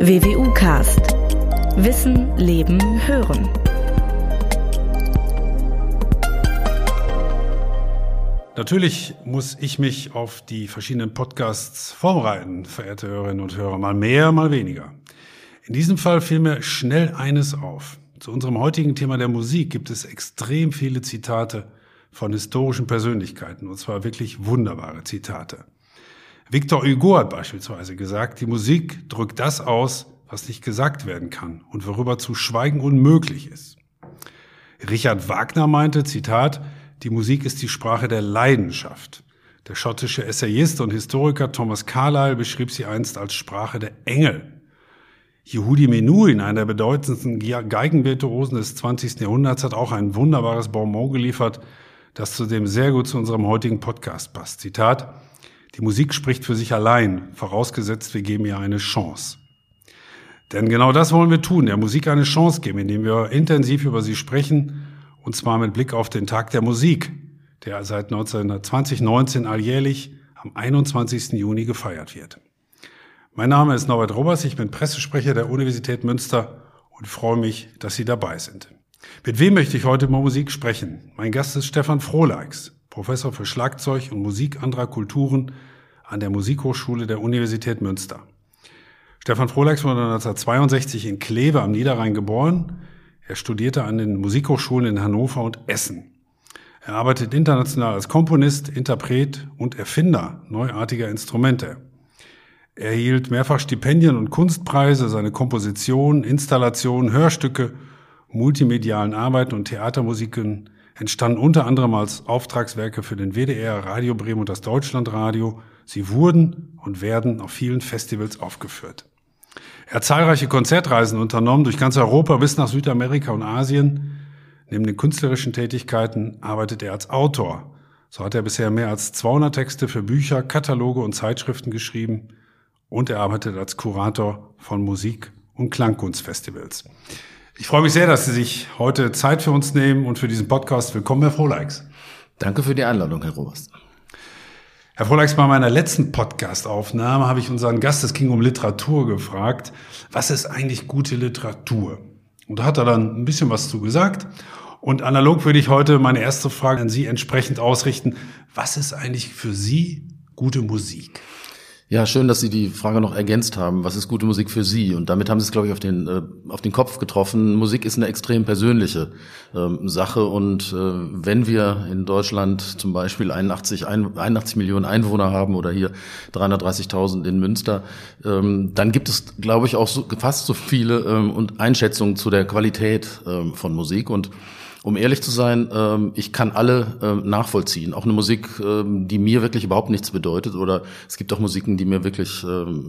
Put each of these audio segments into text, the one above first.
WWU Cast. Wissen, Leben, Hören. Natürlich muss ich mich auf die verschiedenen Podcasts vorbereiten, verehrte Hörerinnen und Hörer, mal mehr, mal weniger. In diesem Fall fiel mir schnell eines auf. Zu unserem heutigen Thema der Musik gibt es extrem viele Zitate von historischen Persönlichkeiten, und zwar wirklich wunderbare Zitate. Victor Hugo hat beispielsweise gesagt, die Musik drückt das aus, was nicht gesagt werden kann und worüber zu schweigen unmöglich ist. Richard Wagner meinte, Zitat, die Musik ist die Sprache der Leidenschaft. Der schottische Essayist und Historiker Thomas Carlyle beschrieb sie einst als Sprache der Engel. Yehudi Menuhin, einer der bedeutendsten Geigenvirtuosen des 20. Jahrhunderts, hat auch ein wunderbares Bonmot geliefert, das zudem sehr gut zu unserem heutigen Podcast passt. Zitat, die Musik spricht für sich allein, vorausgesetzt wir geben ihr eine Chance. Denn genau das wollen wir tun, der Musik eine Chance geben, indem wir intensiv über sie sprechen, und zwar mit Blick auf den Tag der Musik, der seit 2019 alljährlich am 21. Juni gefeiert wird. Mein Name ist Norbert Robers, ich bin Pressesprecher der Universität Münster und freue mich, dass Sie dabei sind. Mit wem möchte ich heute über Musik sprechen? Mein Gast ist Stefan Frohleix, Professor für Schlagzeug und Musik anderer Kulturen an der Musikhochschule der Universität Münster. Stefan Frohleix wurde 1962 in Kleve am Niederrhein geboren. Er studierte an den Musikhochschulen in Hannover und Essen. Er arbeitet international als Komponist, Interpret und Erfinder neuartiger Instrumente. Er erhielt mehrfach Stipendien und Kunstpreise, seine Kompositionen, Installationen, Hörstücke, multimedialen Arbeiten und Theatermusiken entstanden unter anderem als Auftragswerke für den WDR, Radio Bremen und das Deutschlandradio. Sie wurden und werden auf vielen Festivals aufgeführt. Er hat zahlreiche Konzertreisen unternommen durch ganz Europa bis nach Südamerika und Asien. Neben den künstlerischen Tätigkeiten arbeitet er als Autor. So hat er bisher mehr als 200 Texte für Bücher, Kataloge und Zeitschriften geschrieben. Und er arbeitet als Kurator von Musik- und Klangkunstfestivals. Ich freue mich sehr, dass Sie sich heute Zeit für uns nehmen und für diesen Podcast. Willkommen, Herr Frohleix. Danke für die Einladung, Herr Robers. Herr Frohleix, bei meiner letzten Podcast-Aufnahme habe ich unseren Gast, es ging um Literatur, gefragt, was ist eigentlich gute Literatur? Und da hat er dann ein bisschen was zu gesagt. Und analog würde ich heute meine erste Frage an Sie entsprechend ausrichten. Was ist eigentlich für Sie gute Musik? Ja, schön, dass Sie die Frage noch ergänzt haben. Was ist gute Musik für Sie? Und damit haben Sie es, glaube ich, auf den Kopf getroffen. Musik ist eine extrem persönliche Sache. Und wenn wir in Deutschland zum Beispiel 81 Millionen Einwohner haben oder hier 330.000 in Münster, dann gibt es, glaube ich, auch fast so viele Einschätzungen zu der Qualität von Musik. Und um ehrlich zu sein, ich kann alle nachvollziehen. Auch eine Musik, die mir wirklich überhaupt nichts bedeutet. Oder es gibt auch Musiken, die mir wirklich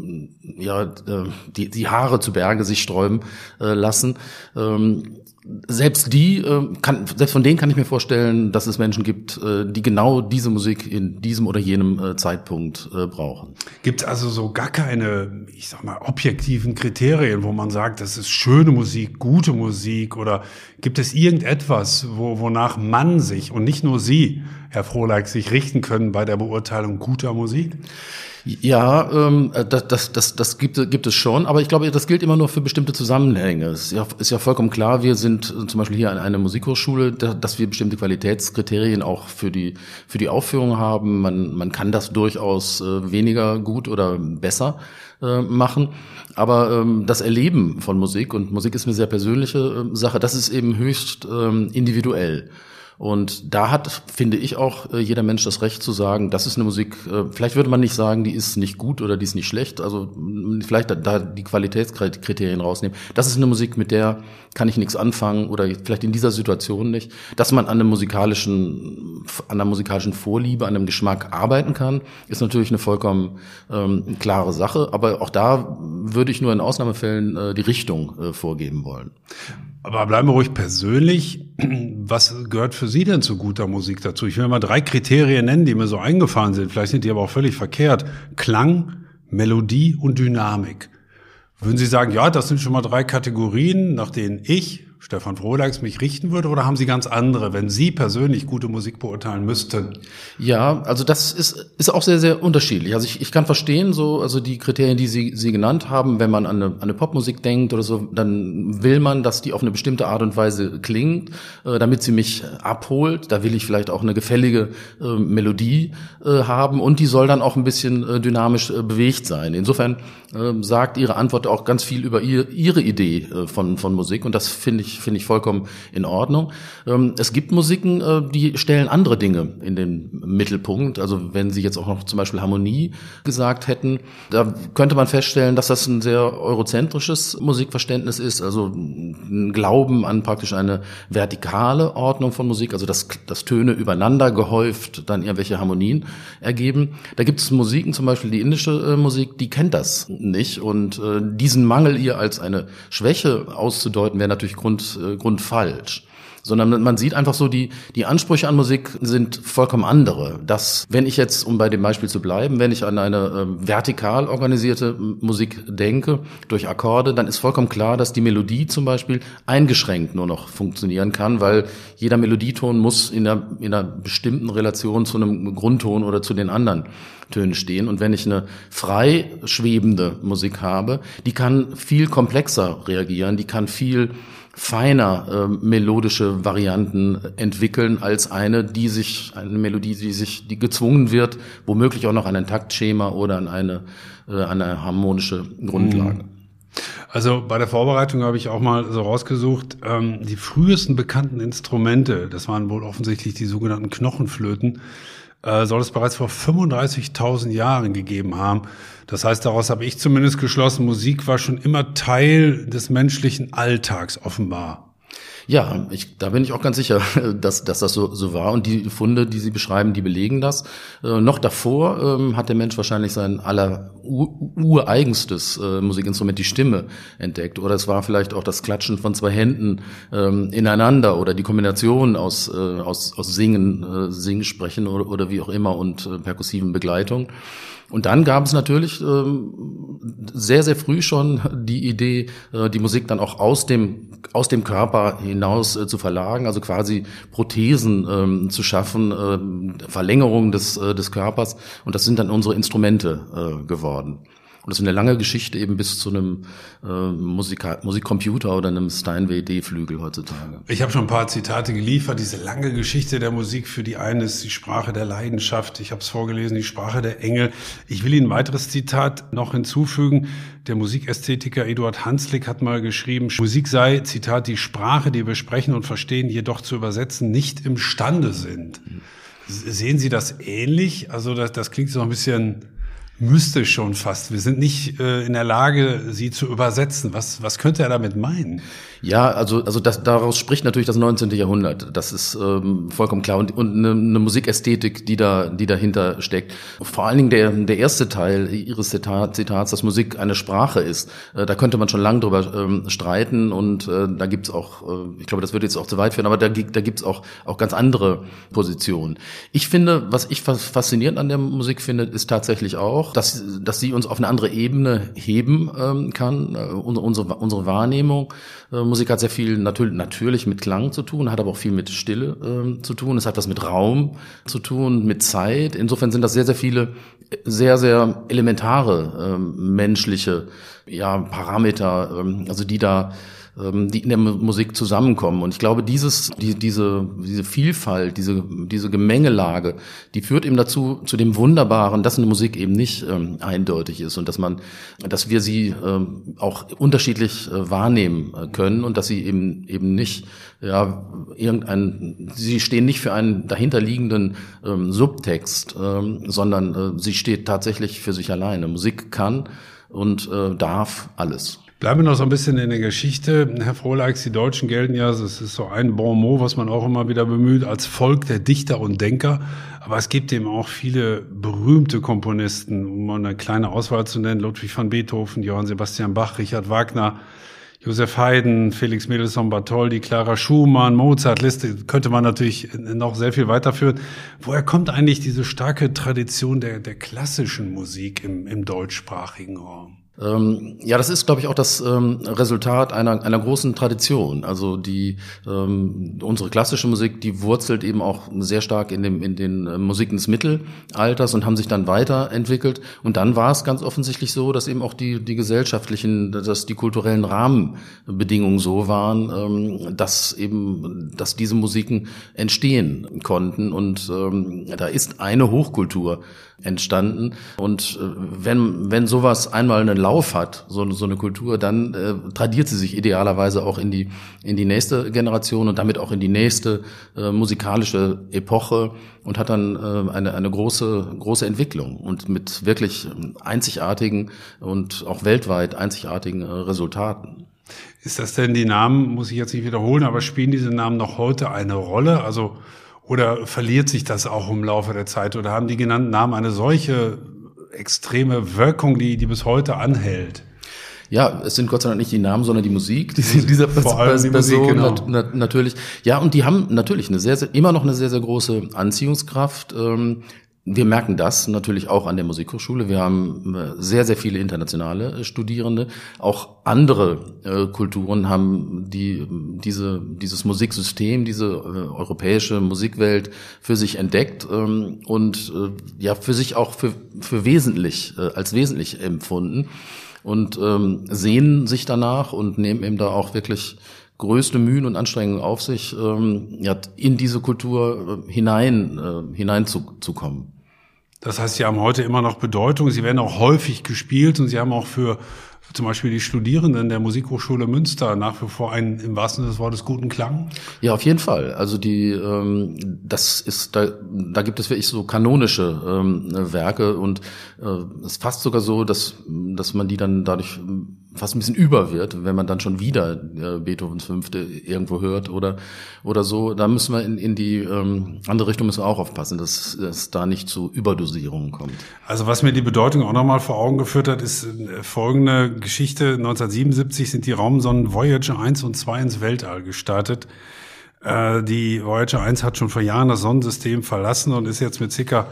die Haare zu Berge sich sträuben lassen. Selbst von denen kann ich mir vorstellen, dass es Menschen gibt, die genau diese Musik in diesem oder jenem Zeitpunkt brauchen. Gibt es also so gar keine, ich sag mal, objektiven Kriterien, wo man sagt, das ist schöne Musik, gute Musik, oder gibt es irgendetwas, wonach man sich und nicht nur Sie, Herr Frohleix, sich richten können bei der Beurteilung guter Musik? Ja, das gibt es schon, aber ich glaube, das gilt immer nur für bestimmte Zusammenhänge. Es ist ja vollkommen klar, wir sind zum Beispiel hier an einer Musikhochschule, dass wir bestimmte Qualitätskriterien auch für die Aufführung haben. Man kann das durchaus weniger gut oder besser machen, aber das Erleben von Musik, und Musik ist eine sehr persönliche Sache, das ist eben höchst individuell. Und da hat, finde ich, auch jeder Mensch das Recht zu sagen, das ist eine Musik, vielleicht würde man nicht sagen, die ist nicht gut oder die ist nicht schlecht, also vielleicht da die Qualitätskriterien rausnehmen. Das ist eine Musik, mit der kann ich nichts anfangen oder vielleicht in dieser Situation nicht. Dass man an einer musikalischen Vorliebe, an einem Geschmack arbeiten kann, ist natürlich eine vollkommen klare Sache, aber auch da würde ich nur in Ausnahmefällen die Richtung vorgeben wollen. Aber bleiben wir ruhig persönlich. Was gehört für Sie denn zu guter Musik dazu? Ich will mal 3 Kriterien nennen, die mir so eingefahren sind. Vielleicht sind die aber auch völlig verkehrt. Klang, Melodie und Dynamik. Würden Sie sagen, ja, das sind schon mal 3 Kategorien, nach denen ich Stefan Frohleix, mich richten würde, oder haben Sie ganz andere, wenn Sie persönlich gute Musik beurteilen müssten? Ja, also das ist auch sehr, sehr unterschiedlich. Also ich kann verstehen, also die Kriterien, die Sie genannt haben, wenn man an eine Popmusik denkt oder so, dann will man, dass die auf eine bestimmte Art und Weise klingt, damit sie mich abholt. Da will ich vielleicht auch eine gefällige Melodie haben, und die soll dann auch ein bisschen dynamisch bewegt sein. Insofern sagt Ihre Antwort auch ganz viel über Ihre Idee von Musik, und das finde ich vollkommen in Ordnung. Es gibt Musiken, die stellen andere Dinge in den Mittelpunkt. Also wenn Sie jetzt auch noch zum Beispiel Harmonie gesagt hätten, da könnte man feststellen, dass das ein sehr eurozentrisches Musikverständnis ist, also ein Glauben an praktisch eine vertikale Ordnung von Musik, also dass Töne übereinander gehäuft dann irgendwelche Harmonien ergeben. Da gibt es Musiken, zum Beispiel die indische Musik, die kennt das nicht, und diesen Mangel ihr als eine Schwäche auszudeuten, wäre natürlich grundfalsch. Sondern man sieht einfach so, die Ansprüche an Musik sind vollkommen andere. Dass, wenn ich jetzt, um bei dem Beispiel zu bleiben, wenn ich an eine vertikal organisierte Musik denke, durch Akkorde, dann ist vollkommen klar, dass die Melodie zum Beispiel eingeschränkt nur noch funktionieren kann, weil jeder Melodieton muss in einer bestimmten Relation zu einem Grundton oder zu den anderen Tönen stehen. Und wenn ich eine frei schwebende Musik habe, die kann viel komplexer reagieren, die kann viel feiner melodische Varianten entwickeln als eine Melodie, die gezwungen wird, womöglich auch noch an ein Taktschema oder an eine harmonische Grundlage. Also bei der Vorbereitung habe ich auch mal so rausgesucht, die frühesten bekannten Instrumente, das waren wohl offensichtlich die sogenannten Knochenflöten, soll es bereits vor 35.000 Jahren gegeben haben. Das heißt, daraus habe ich zumindest geschlossen, Musik war schon immer Teil des menschlichen Alltags offenbar. Ja, da bin ich auch ganz sicher, dass das so war. Und die Funde, die Sie beschreiben, die belegen das. Noch davor hat der Mensch wahrscheinlich sein ureigenstes Musikinstrument, die Stimme, entdeckt. Oder es war vielleicht auch das Klatschen von zwei Händen ineinander oder die Kombination aus Singen, Singsprechen oder wie auch immer und perkussiven Begleitung. Und dann gab es natürlich sehr, sehr früh schon die Idee, die Musik dann auch aus dem Körper hinaus zu verlagern, also quasi Prothesen zu schaffen, Verlängerung des Körpers. Und das sind dann unsere Instrumente geworden. Und das ist eine lange Geschichte eben bis zu einem Musikcomputer oder einem Steinway D-Flügel heutzutage. Ich habe schon ein paar Zitate geliefert. Diese lange Geschichte der Musik, für die eine ist die Sprache der Leidenschaft. Ich habe es vorgelesen, die Sprache der Engel. Ich will Ihnen ein weiteres Zitat noch hinzufügen. Der Musikästhetiker Eduard Hanslick hat mal geschrieben, Musik sei, Zitat, die Sprache, die wir sprechen und verstehen, jedoch zu übersetzen, nicht imstande sind. Sehen Sie das ähnlich? Also das klingt so ein bisschen mystisch schon fast. Wir sind nicht in der Lage, sie zu übersetzen. Was könnte er damit meinen? Ja, also daraus spricht natürlich das 19. Jahrhundert. Das ist vollkommen klar. Und eine Musikästhetik, die dahinter steckt. Vor allen Dingen der erste Teil Ihres Zitats, dass Musik eine Sprache ist. Da könnte man schon lange drüber streiten. Und da gibt's auch, ich glaube, das würde jetzt auch zu weit führen, aber da gibt's auch ganz andere Positionen. Ich finde, was ich faszinierend an der Musik finde, ist tatsächlich auch, dass sie uns auf eine andere Ebene heben kann, unsere Wahrnehmung. Musik hat sehr viel natürlich mit Klang zu tun, hat aber auch viel mit Stille zu tun. Es hat was mit Raum zu tun, mit Zeit. Insofern sind das sehr, sehr viele, sehr, sehr elementare menschliche Parameter, also die in der Musik zusammenkommen. Und ich glaube, diese Vielfalt, diese Gemengelage, die führt eben dazu, zu dem Wunderbaren, dass eine Musik eben nicht eindeutig ist und dass wir sie auch unterschiedlich wahrnehmen können und dass sie eben nicht, sie stehen nicht für einen dahinterliegenden Subtext, sondern sie steht tatsächlich für sich alleine. Musik kann und darf alles. Bleiben wir noch so ein bisschen in der Geschichte. Herr Frohleix, die Deutschen gelten ja, das ist so ein Bon mot, was man auch immer wieder bemüht, als Volk der Dichter und Denker. Aber es gibt eben auch viele berühmte Komponisten, um mal eine kleine Auswahl zu nennen. Ludwig van Beethoven, Johann Sebastian Bach, Richard Wagner, Joseph Haydn, Felix Mendelssohn Bartholdy, Clara Schumann, Mozart, Liste könnte man natürlich noch sehr viel weiterführen. Woher kommt eigentlich diese starke Tradition der klassischen Musik im deutschsprachigen Raum? Ja, das ist, glaube ich, auch das Resultat einer großen Tradition. Also unsere klassische Musik, die wurzelt eben auch sehr stark in den Musiken des Mittelalters und haben sich dann weiterentwickelt. Und dann war es ganz offensichtlich so, dass eben auch die gesellschaftlichen, dass die kulturellen Rahmenbedingungen so waren, dass diese Musiken entstehen konnten. Und da ist eine Hochkultur entstanden. Und wenn sowas einmal einen Lauf hat, so eine Kultur, dann tradiert sie sich idealerweise auch in die nächste Generation und damit auch in die nächste musikalische Epoche und hat dann eine große Entwicklung und mit wirklich einzigartigen und auch weltweit einzigartigen Resultaten. Ist das denn, die Namen, muss ich jetzt nicht wiederholen, aber spielen diese Namen noch heute eine Rolle? Also oder verliert sich das auch im Laufe der Zeit? Oder haben die genannten Namen eine solche extreme Wirkung, die bis heute anhält? Ja, es sind Gott sei Dank nicht die Namen, sondern die Musik dieser Person, genau. Natürlich. Ja, und die haben natürlich immer noch eine sehr, sehr große Anziehungskraft. Wir merken das natürlich auch an der Musikhochschule. Wir haben sehr, sehr viele internationale Studierende. Auch andere Kulturen haben dieses Musiksystem, diese europäische Musikwelt für sich entdeckt und für sich auch für als wesentlich empfunden und sehnen sich danach und nehmen eben da auch wirklich größte Mühen und Anstrengungen auf sich, in diese Kultur hineinzukommen. Das heißt, sie haben heute immer noch Bedeutung, sie werden auch häufig gespielt und sie haben auch für zum Beispiel die Studierenden der Musikhochschule Münster nach wie vor einen, im wahrsten Sinne des Wortes, guten Klang? Ja, auf jeden Fall. Also da gibt es wirklich so kanonische Werke und es ist fast sogar so, dass man die dann dadurch fast ein bisschen über wird, wenn man dann schon wieder Beethovens Fünfte irgendwo hört oder so. Da müssen wir in die andere Richtung müssen wir auch aufpassen, dass es da nicht zu Überdosierungen kommt. Also was mir die Bedeutung auch nochmal vor Augen geführt hat, ist folgende Geschichte. 1977 sind die Raumsonden Voyager 1 und 2 ins Weltall gestartet. Die Voyager 1 hat schon vor Jahren das Sonnensystem verlassen und ist jetzt mit ca.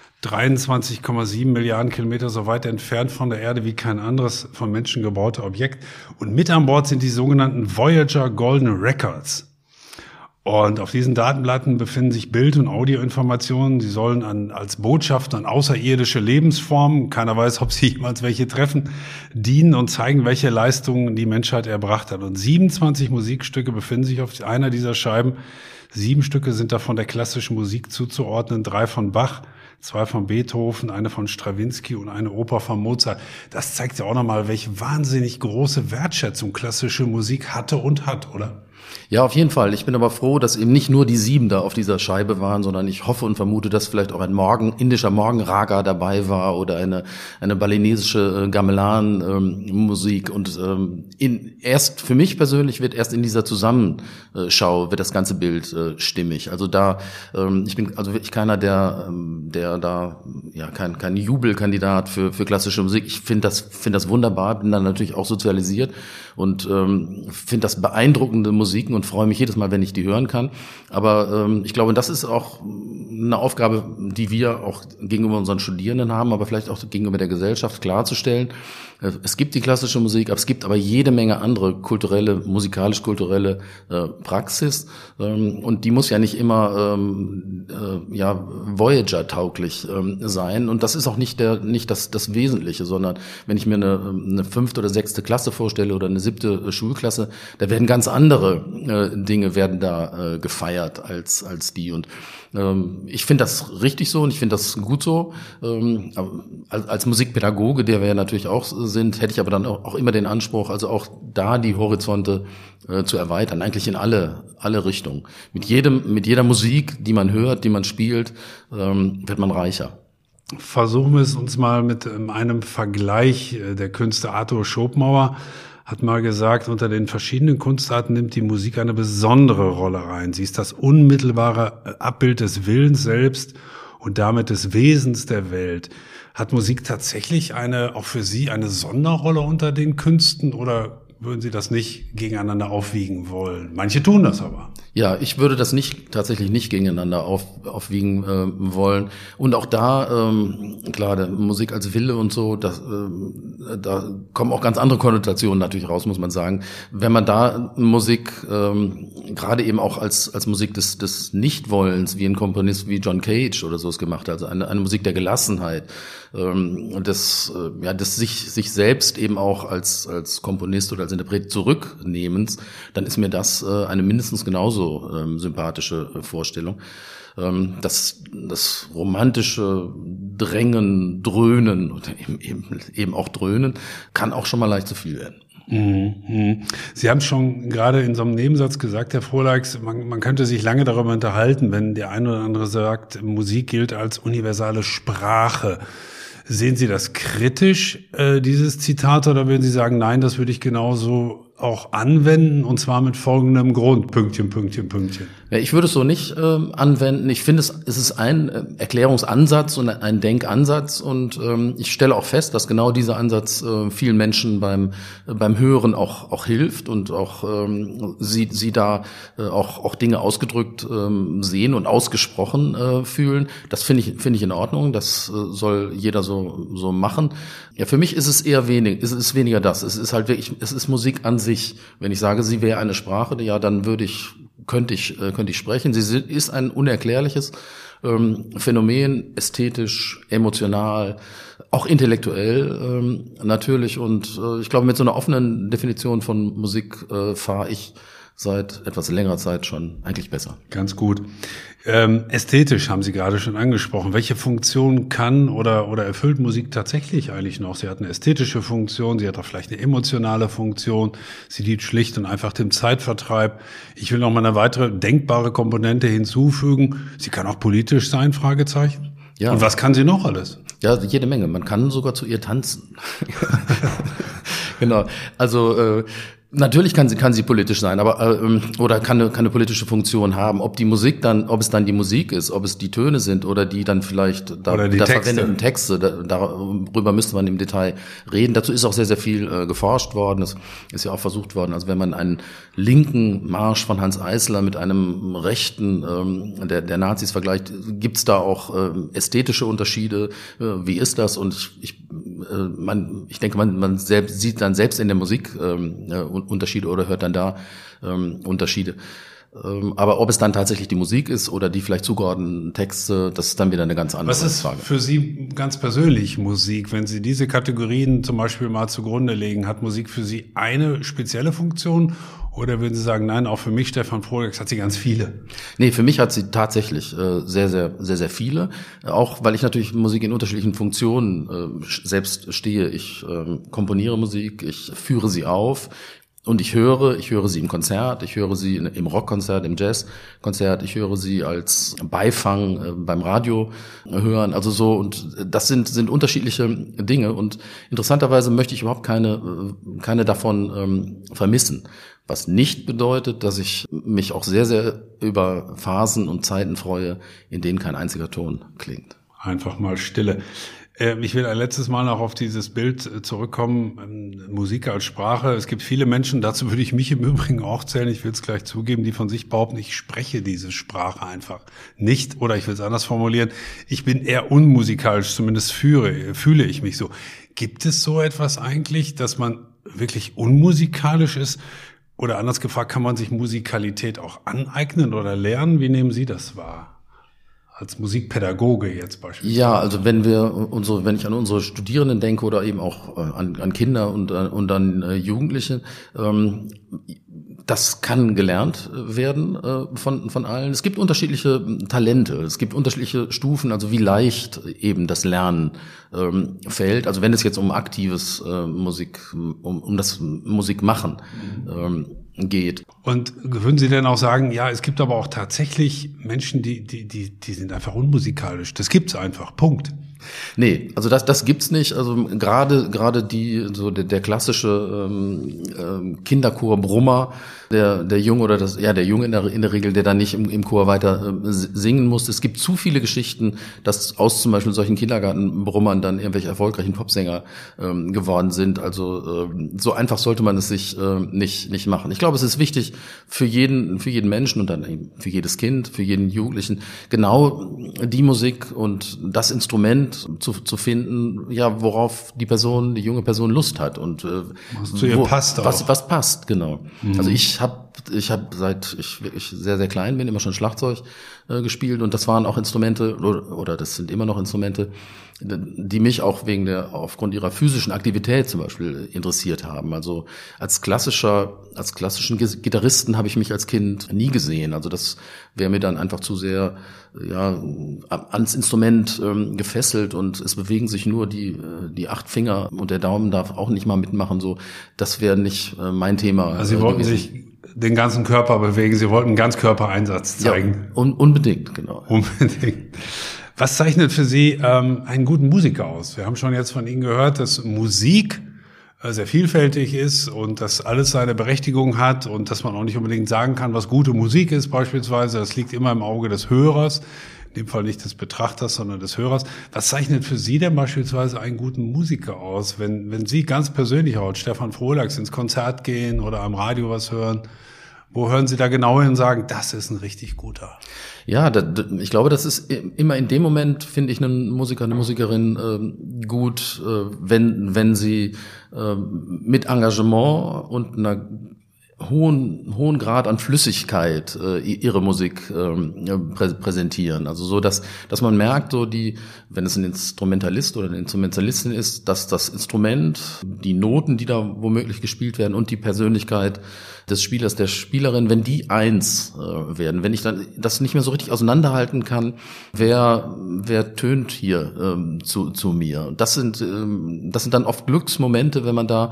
23,7 Milliarden Kilometer so weit entfernt von der Erde wie kein anderes von Menschen gebaute Objekt. Und mit an Bord sind die sogenannten Voyager Golden Records. Und auf diesen Datenplatten befinden sich Bild- und Audioinformationen. Sie sollen als Botschaft an außerirdische Lebensformen, keiner weiß, ob sie jemals welche treffen, dienen und zeigen, welche Leistungen die Menschheit erbracht hat. Und 27 Musikstücke befinden sich auf einer dieser Scheiben. 7 Stücke sind davon der klassischen Musik zuzuordnen, 3 von Bach, 2 von Beethoven, eine von Strawinsky und eine Oper von Mozart. Das zeigt ja auch nochmal, welche wahnsinnig große Wertschätzung klassische Musik hatte und hat, oder? Ja, auf jeden Fall. Ich bin aber froh, dass eben nicht nur die 7 da auf dieser Scheibe waren, sondern ich hoffe und vermute, dass vielleicht auch ein indischer Morgenraga dabei war oder eine balinesische Gamelan-Musik. Und für mich persönlich wird erst in dieser Zusammenschau wird das ganze Bild stimmig. Also ich bin also wirklich keiner, der da kein Jubelkandidat für klassische Musik. Ich finde das wunderbar, bin dann natürlich auch sozialisiert und finde das beeindruckende Musiken und freue mich jedes Mal, wenn ich die hören kann. Aber ich glaube, das ist auch eine Aufgabe, die wir auch gegenüber unseren Studierenden haben, aber vielleicht auch gegenüber der Gesellschaft klarzustellen. Es gibt die klassische Musik, aber es gibt aber jede Menge andere musikalisch-kulturelle Praxis. Und die muss ja nicht immer Voyager-tauglich sein. Und das ist auch nicht das Wesentliche, sondern wenn ich mir eine 5. oder 6. Klasse vorstelle oder eine 7. Schulklasse, da werden ganz andere Dinge werden da gefeiert als die. Und ich finde das richtig so und ich finde das gut so. Als Musikpädagoge, der wir ja natürlich auch sind, hätte ich aber dann auch immer den Anspruch, also auch da die Horizonte zu erweitern, eigentlich in alle Richtungen. Mit jeder Musik, die man hört, die man spielt, wird man reicher. Versuchen wir es uns mal mit einem Vergleich. Der Künstler Arthur Schopenhauer hat mal gesagt, unter den verschiedenen Kunstarten nimmt die Musik eine besondere Rolle ein. Sie ist das unmittelbare Abbild des Willens selbst und damit des Wesens der Welt. Hat Musik tatsächlich auch für Sie eine Sonderrolle unter den Künsten oder würden Sie das nicht gegeneinander aufwiegen wollen? Manche tun das aber. Ja, ich würde das tatsächlich nicht gegeneinander aufwiegen wollen. Und auch da, klar, der Musik als Wille und so, das da kommen auch ganz andere Konnotationen natürlich raus, muss man sagen. Wenn man da Musik, gerade eben auch als Musik des Nichtwollens, wie ein Komponist wie John Cage oder so es gemacht hat, also eine Musik der Gelassenheit, des sich selbst eben auch als Komponist oder als Interpret zurücknehmens, dann ist mir das eine mindestens genauso sympathische Vorstellung. Das romantische Drängen, Dröhnen oder eben auch Dröhnen kann auch schon mal leicht zu viel werden. Sie haben es schon gerade in so einem Nebensatz gesagt, Herr Frohleix, man könnte sich lange darüber unterhalten, wenn der eine oder andere sagt, Musik gilt als universale Sprache. Sehen Sie das kritisch, dieses Zitat, oder würden Sie sagen, nein, das würde ich genauso auch anwenden, und zwar mit folgendem Grund, Pünktchen, Pünktchen, Pünktchen? Ja, ich würde es so nicht anwenden. Ich finde, es ist ein Erklärungsansatz und ein Denkansatz, und ich stelle auch fest, dass genau dieser Ansatz vielen Menschen beim Hören auch hilft und auch sie da auch Dinge ausgedrückt sehen und ausgesprochen fühlen. Das finde ich in Ordnung. Das soll jeder so machen. Ja, für mich ist es eher weniger das. Es ist halt wirklich, es ist Musik an sich. Wenn ich sage, sie wäre eine Sprache, ja, dann könnte ich sprechen. Sie ist ein unerklärliches Phänomen, ästhetisch, emotional, auch intellektuell natürlich. Und ich glaube, mit so einer offenen Definition von Musik fahre ich seit etwas längerer Zeit schon eigentlich besser. Ganz gut. Ästhetisch haben Sie gerade schon angesprochen. Welche Funktion kann oder erfüllt Musik tatsächlich eigentlich noch? Sie hat eine ästhetische Funktion, sie hat auch vielleicht eine emotionale Funktion. Sie dient schlicht und einfach dem Zeitvertreib. Ich will noch mal eine weitere denkbare Komponente hinzufügen. Sie kann auch politisch sein, Fragezeichen. Ja. Und was kann sie noch alles? Ja, jede Menge. Man kann sogar zu ihr tanzen. Genau. Also natürlich kann sie politisch sein, aber oder kann eine politische Funktion haben. Ob es dann die Musik ist, ob es die Töne sind oder die dann vielleicht da verwendeten Texte, darüber müsste man im Detail reden. Dazu ist auch sehr, sehr viel geforscht worden. Das ist ja auch versucht worden. Also wenn man einen linken Marsch von Hanns Eisler mit einem rechten der Nazis vergleicht, gibt's da auch ästhetische Unterschiede. Wie ist das? Und ich denke, man selbst sieht dann selbst in der Musik Unterschiede oder hört dann da Unterschiede. Aber ob es dann tatsächlich die Musik ist oder die vielleicht zugeordneten Texte, das ist dann wieder eine ganz andere Frage. Was ist für Sie ganz persönlich Musik? Wenn Sie diese Kategorien zum Beispiel mal zugrunde legen, hat Musik für Sie eine spezielle Funktion? Oder würden Sie sagen, nein, auch für mich, Stefan Frohleix, hat sie ganz viele? Nee, für mich hat sie tatsächlich sehr, sehr, sehr, sehr viele. Auch weil ich natürlich Musik in unterschiedlichen Funktionen selbst stehe. Ich komponiere Musik, ich führe sie auf. Und ich höre sie im Konzert, ich höre sie im Rockkonzert, im Jazzkonzert, ich höre sie als Beifang beim Radio hören, also so, und das sind unterschiedliche Dinge, und interessanterweise möchte ich überhaupt keine davon vermissen. Was nicht bedeutet, dass ich mich auch sehr, sehr über Phasen und Zeiten freue, in denen kein einziger Ton klingt. Einfach mal Stille. Ich will ein letztes Mal noch auf dieses Bild zurückkommen, Musik als Sprache. Es gibt viele Menschen, dazu würde ich mich im Übrigen auch zählen, ich will es gleich zugeben, die von sich behaupten, ich spreche diese Sprache einfach nicht, oder ich will es anders formulieren, ich bin eher unmusikalisch, zumindest fühle ich mich so. Gibt es so etwas eigentlich, dass man wirklich unmusikalisch ist? Oder anders gefragt, kann man sich Musikalität auch aneignen oder lernen? Wie nehmen Sie das wahr? Als Musikpädagoge jetzt beispielsweise. Ja, also wenn ich an unsere Studierenden denke oder eben auch an Kinder und an Jugendliche, das kann gelernt werden von allen. Es gibt unterschiedliche Talente, es gibt unterschiedliche Stufen, also wie leicht eben das Lernen fällt. Also wenn es jetzt um aktives um das Musikmachen geht. Und würden Sie denn auch sagen, ja, es gibt aber auch tatsächlich Menschen, die sind einfach unmusikalisch. Das gibt's einfach. Punkt. Nee, also das gibt's nicht. Also gerade der klassische Kinderchor Brummer, der Junge oder der Junge in der Regel, der dann nicht im Chor weiter singen muss. Es gibt zu viele Geschichten, dass aus zum Beispiel solchen Kindergartenbrummern dann irgendwelche erfolgreichen Popsänger geworden sind. Also so einfach sollte man es sich nicht machen. Ich glaube, es ist wichtig für jeden Menschen und dann eben für jedes Kind, für jeden Jugendlichen, genau die Musik und das Instrument Instrument zu finden, ja, worauf die junge Person Lust hat und was zu ihr passt auch. Was passt, genau. Also ich habe seit ich wirklich sehr, sehr klein bin, immer schon Schlagzeug gespielt und das waren auch Instrumente, oder das sind immer noch Instrumente, die mich auch aufgrund ihrer physischen Aktivität zum Beispiel interessiert haben. Also als klassischen Gitarristen habe ich mich als Kind nie gesehen. Also das wäre mir dann einfach zu sehr, ja, ans Instrument gefesselt und es bewegen sich nur die 8 Finger und der Daumen darf auch nicht mal mitmachen. So, das wäre nicht mein Thema. Also Sie wollten sich den ganzen Körper bewegen, Sie wollten Ganzkörpereinsatz zeigen. Ja, unbedingt, genau. Unbedingt. Was zeichnet für Sie einen guten Musiker aus? Wir haben schon jetzt von Ihnen gehört, dass Musik sehr vielfältig ist und dass alles seine Berechtigung hat und dass man auch nicht unbedingt sagen kann, was gute Musik ist beispielsweise. Das liegt immer im Auge des Hörers, in dem Fall nicht des Betrachters, sondern des Hörers. Was zeichnet für Sie denn beispielsweise einen guten Musiker aus? Wenn Sie ganz persönlich auch als Stefan Frolax ins Konzert gehen oder am Radio was hören, wo hören Sie da genau hin und sagen, das ist ein richtig guter? Ja, ich glaube, das ist immer in dem Moment, finde ich, einen Musiker, eine Musikerin gut, wenn sie mit Engagement und einer hohen Grad an Flüssigkeit ihre Musik präsentieren. Also so, dass man merkt, so wenn es ein Instrumentalist oder eine Instrumentalistin ist, dass das Instrument, die Noten, die da womöglich gespielt werden und die Persönlichkeit des Spielers, der Spielerin, wenn die eins werden, wenn ich dann das nicht mehr so richtig auseinanderhalten kann, wer tönt hier zu mir. Und das sind dann oft Glücksmomente, wenn man da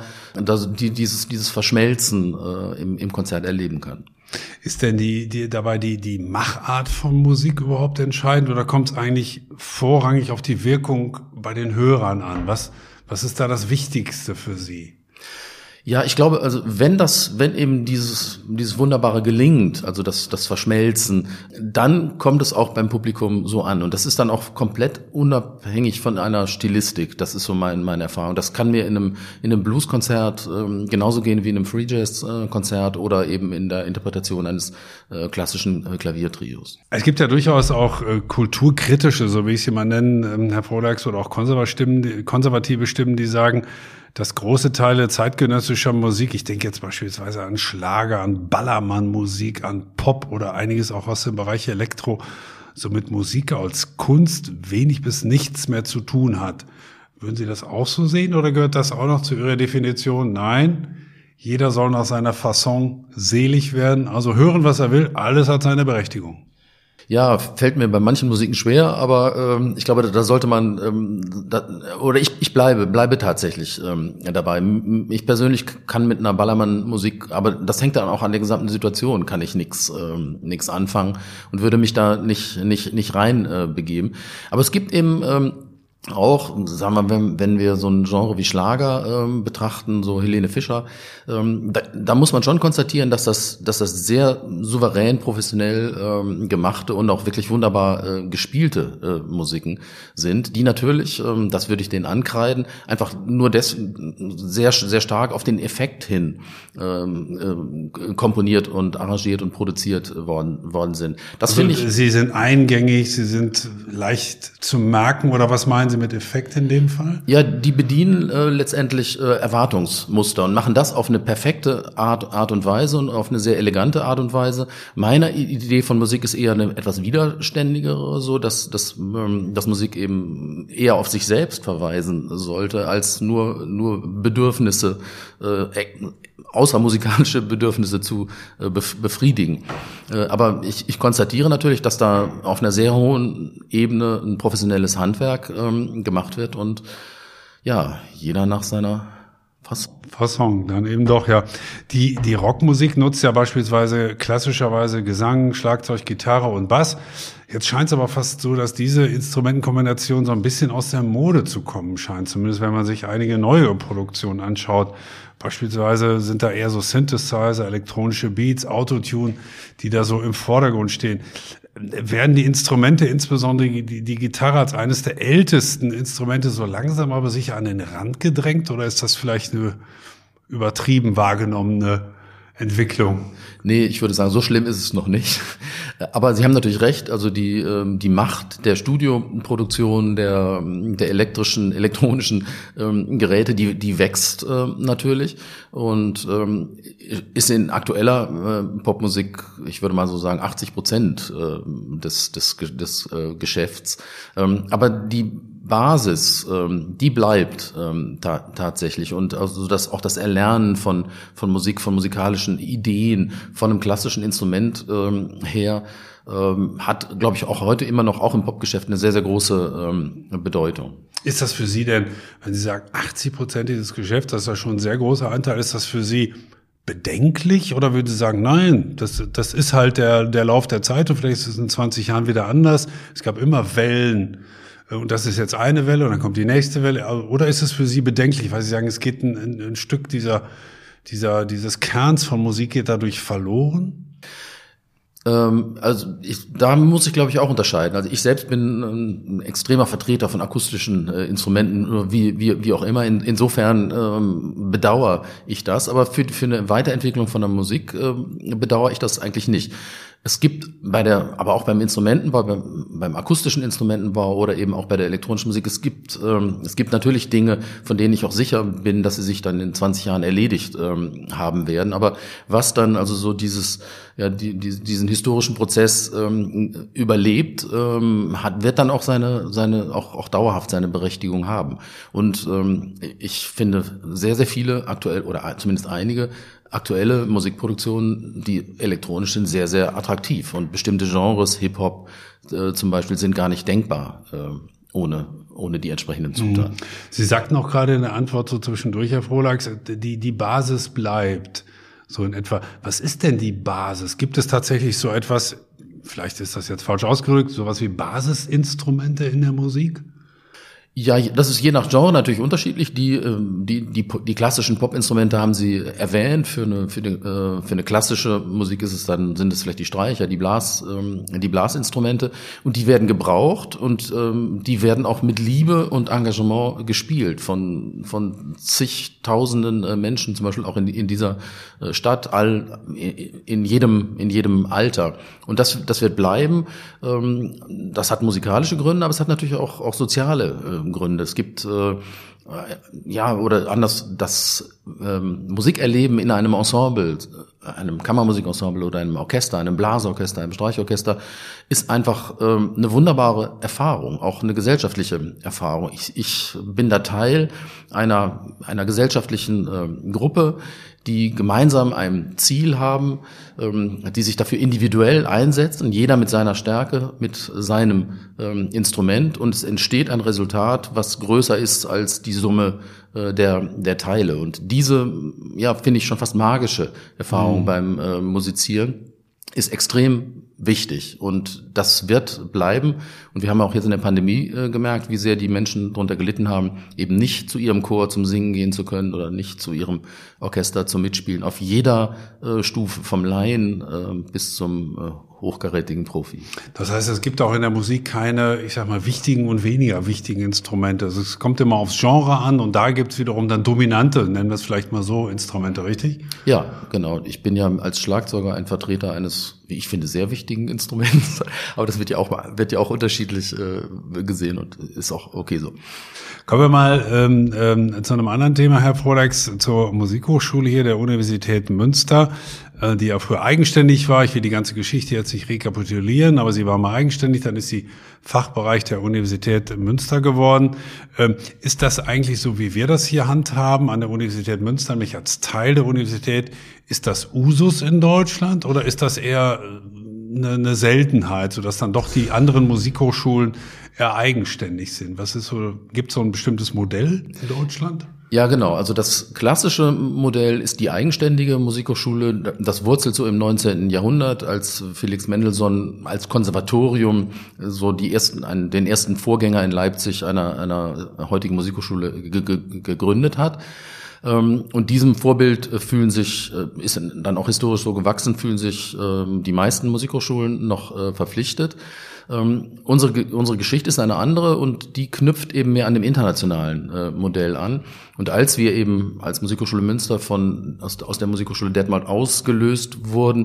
dieses Verschmelzen im Konzert erleben kann. Ist denn dabei die Machart von Musik überhaupt entscheidend oder kommt es eigentlich vorrangig auf die Wirkung bei den Hörern an? Was ist da das Wichtigste für Sie? Ja, ich glaube, also wenn eben dieses Wunderbare gelingt, also das Verschmelzen, dann kommt es auch beim Publikum so an. Und das ist dann auch komplett unabhängig von einer Stilistik. Das ist so meine Erfahrung. Das kann mir in einem Blueskonzert genauso gehen wie in einem Free Jazz Konzert oder eben in der Interpretation eines klassischen Klaviertrios. Es gibt ja durchaus auch kulturkritische, so wie ich sie mal nennen, Herr Frolax, oder auch konservative Stimmen, die sagen, dass große Teile zeitgenössischer Musik, ich denke jetzt beispielsweise an Schlager, an Ballermann-Musik, an Pop oder einiges auch aus dem Bereich Elektro, so mit Musik als Kunst wenig bis nichts mehr zu tun hat. Würden Sie das auch so sehen oder gehört das auch noch zu Ihrer Definition? Nein, jeder soll nach seiner Fasson selig werden, also hören, was er will, alles hat seine Berechtigung. Ja, fällt mir bei manchen Musiken schwer, aber ich glaube, da sollte man ich bleibe tatsächlich dabei. Ich persönlich kann mit einer Ballermann-Musik, aber das hängt dann auch an der gesamten Situation, kann ich nix anfangen und würde mich da nicht rein begeben. Aber es gibt eben auch, sagen wir, wenn wir so ein Genre wie Schlager betrachten, so Helene Fischer, da muss man schon konstatieren, dass das sehr souverän, professionell gemachte und auch wirklich wunderbar gespielte Musiken sind, die natürlich, das würde ich denen ankreiden, einfach nur sehr, sehr stark auf den Effekt hin komponiert und arrangiert und produziert worden sind. Das also, finde ich. Sie sind eingängig, Sie sind leicht zu merken, oder was meinen Sie mit Effekt in dem Fall? Ja, die bedienen letztendlich Erwartungsmuster und machen das auf eine perfekte Art und Weise und auf eine sehr elegante Art und Weise. Meine Idee von Musik ist eher eine etwas widerständigere, so dass Musik eben eher auf sich selbst verweisen sollte, als nur Bedürfnisse, außermusikalische Bedürfnisse zu befriedigen. Aber ich konstatiere natürlich, dass da auf einer sehr hohen Ebene ein professionelles Handwerk gemacht wird und ja, jeder nach seiner Fasson, dann eben doch, ja. Die Rockmusik nutzt ja beispielsweise klassischerweise Gesang, Schlagzeug, Gitarre und Bass. Jetzt scheint es aber fast so, dass diese Instrumentenkombination so ein bisschen aus der Mode zu kommen scheint, zumindest wenn man sich einige neue Produktionen anschaut. Beispielsweise sind da eher so Synthesizer, elektronische Beats, Autotune, die da so im Vordergrund stehen. Werden die Instrumente, insbesondere die Gitarre als eines der ältesten Instrumente, so langsam aber sicher an den Rand gedrängt? Oder ist das vielleicht eine übertrieben wahrgenommene Entwicklung? Nee, ich würde sagen, so schlimm ist es noch nicht. Aber Sie haben natürlich recht, also die Macht der Studioproduktion, der elektronischen Geräte, die wächst natürlich und ist in aktueller Popmusik, ich würde mal so sagen, 80% des Geschäfts. Aber die Basis, die bleibt tatsächlich, und also auch das Erlernen von Musik, von musikalischen Ideen, von einem klassischen Instrument her hat, glaube ich, auch heute immer noch auch im Popgeschäft eine sehr, sehr große Bedeutung. Ist das für Sie denn, wenn Sie sagen 80% dieses Geschäfts, das ist ja schon ein sehr großer Anteil, ist das für Sie bedenklich, oder würden Sie sagen, nein, das ist halt der Lauf der Zeit und vielleicht ist es in 20 Jahren wieder anders. Es gab immer Wellen. Und das ist jetzt eine Welle und dann kommt die nächste Welle. Oder ist es für Sie bedenklich, weil Sie sagen, es geht ein Stück dieses Kerns von Musik geht dadurch verloren? Da muss ich, glaube ich, auch unterscheiden. Also ich selbst bin ein extremer Vertreter von akustischen Instrumenten, wie auch immer. Insofern bedauere ich das, aber für eine Weiterentwicklung von der Musik bedauere ich das eigentlich nicht. Es gibt aber auch beim Instrumentenbau, beim akustischen Instrumentenbau oder eben auch bei der elektronischen Musik, es gibt natürlich Dinge, von denen ich auch sicher bin, dass sie sich dann in 20 Jahren erledigt haben werden. Aber was dann also so diesen historischen Prozess überlebt, wird dann auch auch dauerhaft seine Berechtigung haben. Und ich finde sehr, sehr viele aktuell oder zumindest einige aktuelle Musikproduktionen, die elektronisch sind, sehr, sehr attraktiv. Und bestimmte Genres, Hip-Hop zum Beispiel, sind gar nicht denkbar ohne die entsprechenden Zutaten. Sie sagten auch gerade in der Antwort so zwischendurch, Herr Frolax, die Basis bleibt so in etwa. Was ist denn die Basis? Gibt es tatsächlich so etwas, vielleicht ist das jetzt falsch ausgedrückt, sowas wie Basisinstrumente in der Musik? Ja, das ist je nach Genre natürlich unterschiedlich. Die klassischen Popinstrumente haben Sie erwähnt. Für eine klassische Musik sind es vielleicht die Streicher, die Blasinstrumente, und die werden gebraucht und die werden auch mit Liebe und Engagement gespielt von zigtausenden Menschen, zum Beispiel auch in dieser Stadt, in jedem Alter. Und das wird bleiben. Das hat musikalische Gründe, aber es hat natürlich auch soziale Gründe. Es gibt oder anders das Musikerleben in einem Ensemble, einem Kammermusikensemble oder einem Orchester, einem Blasorchester, einem Streichorchester, ist einfach eine wunderbare Erfahrung, auch eine gesellschaftliche Erfahrung. Ich bin da Teil einer gesellschaftlichen Gruppe, die gemeinsam ein Ziel haben, die sich dafür individuell einsetzt, und jeder mit seiner Stärke, mit seinem Instrument, und es entsteht ein Resultat, was größer ist als die Summe der Teile. Und diese, finde ich schon fast magische Erfahrung beim Musizieren ist extrem wichtig, und das wird bleiben. Und wir haben auch jetzt in der Pandemie gemerkt, wie sehr die Menschen darunter gelitten haben, eben nicht zu ihrem Chor zum Singen gehen zu können oder nicht zu ihrem Orchester zum Mitspielen, auf jeder Stufe, vom Laien bis zum hochkarätigen Profi. Das heißt, es gibt auch in der Musik keine, ich sag mal, wichtigen und weniger wichtigen Instrumente. Also es kommt immer aufs Genre an, und da gibt's wiederum dann dominante, nennen wir es vielleicht mal so, Instrumente, richtig? Ja, genau. Ich bin ja als Schlagzeuger ein Vertreter eines, wie ich finde, sehr wichtigen Instruments. Aber das wird ja auch unterschiedlich gesehen und ist auch okay so. Kommen wir mal zu einem anderen Thema, Herr Frolax, zur Musikhochschule hier der Universität Münster, die ja früher eigenständig war. Ich will die ganze Geschichte jetzt nicht rekapitulieren, aber sie war mal eigenständig, dann ist sie Fachbereich der Universität Münster geworden. Ist das eigentlich so, wie wir das hier handhaben an der Universität Münster, nämlich als Teil der Universität? Ist das Usus in Deutschland, oder ist das eher eine Seltenheit, sodass dann doch die anderen Musikhochschulen eher eigenständig sind? Gibt es so ein bestimmtes Modell in Deutschland? Ja, genau. Also das klassische Modell ist die eigenständige Musikhochschule. Das wurzelt so im 19. Jahrhundert, als Felix Mendelssohn als Konservatorium so den ersten Vorgänger in Leipzig einer heutigen Musikhochschule gegründet hat. Und diesem Vorbild ist dann auch historisch so gewachsen, fühlen sich die meisten Musikhochschulen noch verpflichtet. Unsere Geschichte ist eine andere und die knüpft eben mehr an dem internationalen Modell an. Und als wir eben als Musikhochschule Münster aus der Musikhochschule Detmold ausgelöst wurden,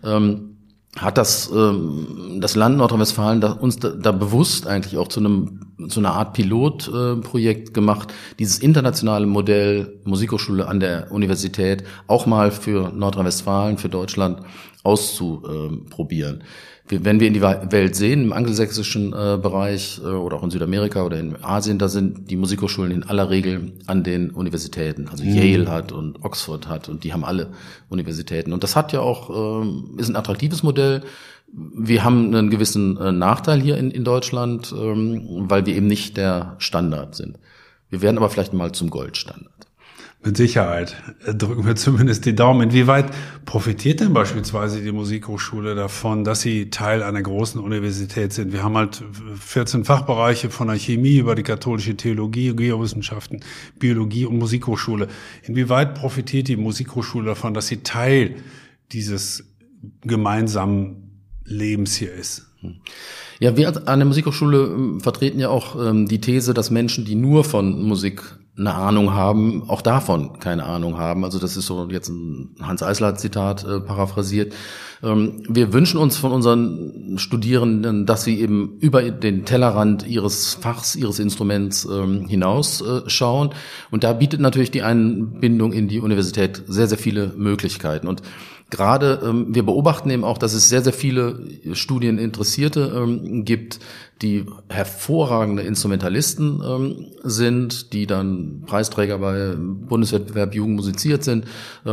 hat das Land Nordrhein-Westfalen uns da bewusst eigentlich auch zu einer Art Pilotprojekt gemacht, dieses internationale Modell Musikhochschule an der Universität auch mal für Nordrhein-Westfalen, für Deutschland auszuprobieren. Wenn wir in die Welt sehen, im angelsächsischen Bereich oder auch in Südamerika oder in Asien, da sind die Musikhochschulen in aller Regel an den Universitäten. Also Yale hat und Oxford hat und die haben alle Universitäten. Und das hat ja auch, ist ein attraktives Modell. Wir haben einen gewissen Nachteil hier in Deutschland, weil wir eben nicht der Standard sind. Wir werden aber vielleicht mal zum Goldstandard. Mit Sicherheit. Drücken wir zumindest die Daumen. Inwieweit profitiert denn beispielsweise die Musikhochschule davon, dass sie Teil einer großen Universität sind? Wir haben halt 14 Fachbereiche von der Chemie über die katholische Theologie, Geowissenschaften, Biologie und Musikhochschule. Inwieweit profitiert die Musikhochschule davon, dass sie Teil dieses gemeinsamen Lebens hier ist? Ja, wir an der Musikhochschule vertreten ja auch die These, dass Menschen, die nur von Musik eine Ahnung haben, auch davon keine Ahnung haben. Also das ist so jetzt ein Hans-Eisler-Zitat paraphrasiert. Wir wünschen uns von unseren Studierenden, dass sie eben über den Tellerrand ihres Fachs, ihres Instruments hinausschauen. Und da bietet natürlich die Einbindung in die Universität sehr, sehr viele Möglichkeiten. Und gerade wir beobachten eben auch, dass es sehr, sehr viele Studieninteressierte gibt, die hervorragende Instrumentalisten sind, die dann Preisträger bei Bundeswettbewerb Jugend musiziert sind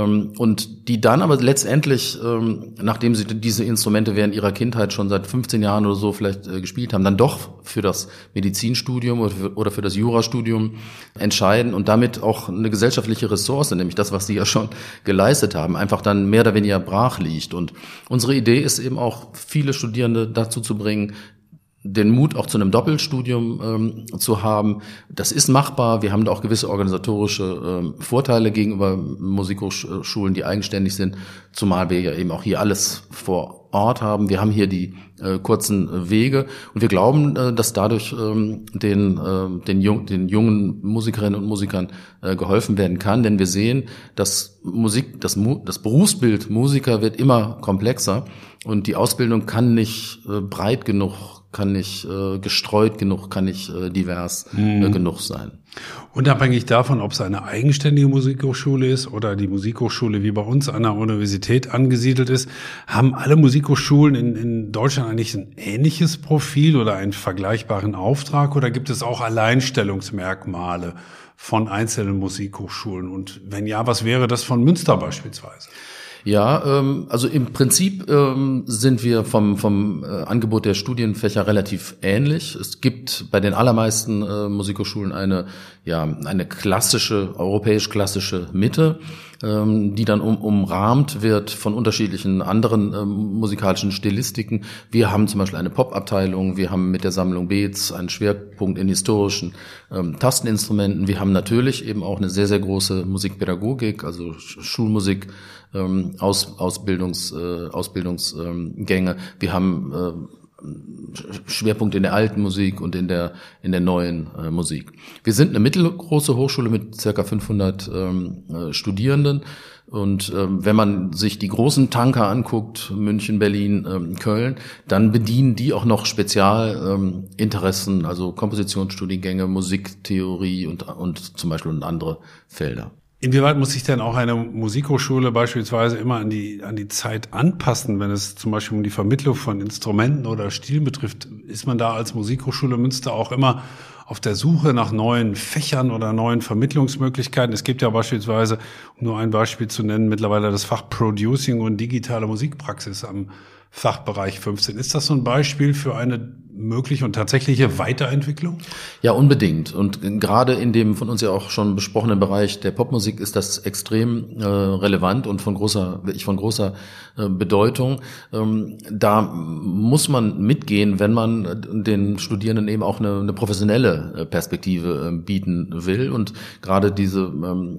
und die dann aber letztendlich, nachdem sie diese Instrumente während ihrer Kindheit schon seit 15 Jahren oder so vielleicht gespielt haben, dann doch für das Medizinstudium oder für das Jurastudium entscheiden und damit auch eine gesellschaftliche Ressource, nämlich das, was sie ja schon geleistet haben, einfach dann mehr oder weniger brach liegt. Und unsere Idee ist eben auch, viele Studierende dazu zu bringen, den Mut auch zu einem Doppelstudium zu haben. Das ist machbar. Wir haben da auch gewisse organisatorische Vorteile gegenüber Musikhochschulen, die eigenständig sind, zumal wir ja eben auch hier alles vor Ort haben. Wir haben hier die kurzen Wege und wir glauben, dass dadurch den jungen Musikerinnen und Musikern geholfen werden kann, denn wir sehen, dass das Berufsbild Musiker wird immer komplexer und die Ausbildung kann nicht breit genug, kann nicht gestreut genug, kann nicht divers genug sein. Unabhängig davon, ob es eine eigenständige Musikhochschule ist oder die Musikhochschule wie bei uns an der Universität angesiedelt ist, haben alle Musikhochschulen in Deutschland eigentlich ein ähnliches Profil oder einen vergleichbaren Auftrag oder gibt es auch Alleinstellungsmerkmale von einzelnen Musikhochschulen? Und wenn ja, was wäre das von Münster beispielsweise? Ja, also im Prinzip sind wir vom Angebot der Studienfächer relativ ähnlich. Es gibt bei den allermeisten Musikhochschulen eine klassische, europäisch-klassische Mitte, die dann umrahmt wird von unterschiedlichen anderen musikalischen Stilistiken. Wir haben zum Beispiel eine Pop-Abteilung, wir haben mit der Sammlung Beetz einen Schwerpunkt in historischen Tasteninstrumenten. Wir haben natürlich eben auch eine sehr, sehr große Musikpädagogik, also Schulmusik, Ausbildungsgänge. Wir haben Schwerpunkt in der alten Musik und in der neuen Musik. Wir sind eine mittelgroße Hochschule mit circa 500 Studierenden und wenn man sich die großen Tanker anguckt, München, Berlin, Köln, dann bedienen die auch noch Spezialinteressen, also Kompositionsstudiengänge, Musiktheorie und zum Beispiel andere Felder. Inwieweit muss sich denn auch eine Musikhochschule beispielsweise immer an die Zeit anpassen, wenn es zum Beispiel um die Vermittlung von Instrumenten oder Stilen betrifft? Ist man da als Musikhochschule Münster auch immer auf der Suche nach neuen Fächern oder neuen Vermittlungsmöglichkeiten? Es gibt ja beispielsweise, um nur ein Beispiel zu nennen, mittlerweile das Fach Producing und digitale Musikpraxis am Fachbereich 15. Ist das so ein Beispiel für eine mögliche und tatsächliche Weiterentwicklung? Ja, unbedingt. Und gerade in dem von uns ja auch schon besprochenen Bereich der Popmusik ist das extrem relevant und von großer Bedeutung. Da muss man mitgehen, wenn man den Studierenden eben auch eine professionelle Perspektive bieten will. Und gerade diese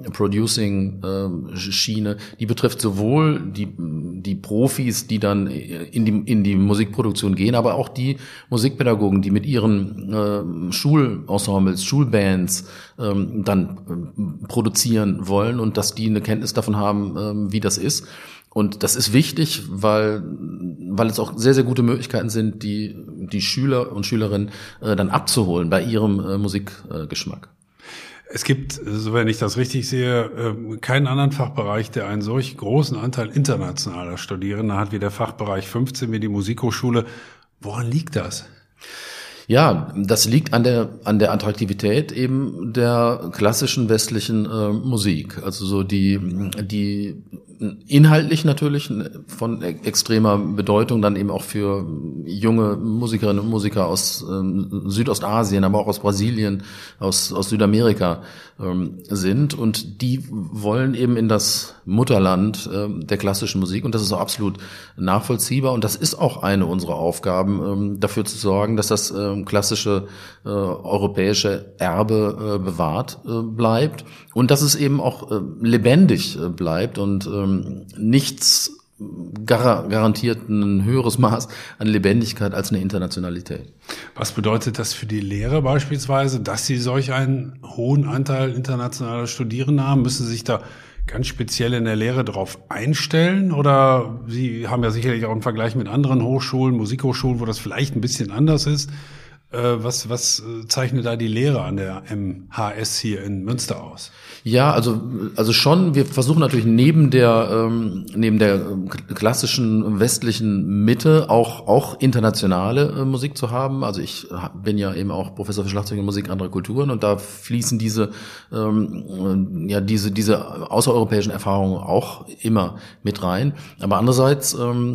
Producing-Schiene, die betrifft sowohl die Profis, die dann in die Musikproduktion gehen, aber auch die Musikpädagogen, die mit ihren Schulensembles, Schulbands dann produzieren wollen und dass die eine Kenntnis davon haben, wie das ist. Und das ist wichtig, weil es auch sehr, sehr gute Möglichkeiten sind, die Schüler und Schülerinnen dann abzuholen bei ihrem Musikgeschmack. Es gibt, so wenn ich das richtig sehe, keinen anderen Fachbereich, der einen solch großen Anteil internationaler Studierender hat wie der Fachbereich 15, wie die Musikhochschule. Woran liegt das? Ja, das liegt an der Attraktivität eben der klassischen westlichen Musik. Also so die inhaltlich natürlich von extremer Bedeutung, dann eben auch für junge Musikerinnen und Musiker aus Südostasien, aber auch aus Brasilien, aus Südamerika sind. Und die wollen eben in das Mutterland der klassischen Musik. Und das ist auch absolut nachvollziehbar. Und das ist auch eine unserer Aufgaben, dafür zu sorgen, dass das klassische europäische Erbe bewahrt bleibt und dass es eben auch lebendig bleibt und nichts garantiert ein höheres Maß an Lebendigkeit als eine Internationalität. Was bedeutet das für die Lehrer beispielsweise, dass sie solch einen hohen Anteil internationaler Studierende haben? Müssen Sie sich da ganz speziell in der Lehre darauf einstellen? Oder Sie haben ja sicherlich auch einen Vergleich mit anderen Hochschulen, Musikhochschulen, wo das vielleicht ein bisschen anders ist. Was zeichnet da die Lehre an der MHS hier in Münster aus? Ja, also schon. Wir versuchen natürlich neben der klassischen westlichen Mitte auch internationale Musik zu haben. Also ich bin ja eben auch Professor für Schlagzeug und Musik anderer Kulturen und da fließen diese außereuropäischen Erfahrungen auch immer mit rein. Aber andererseits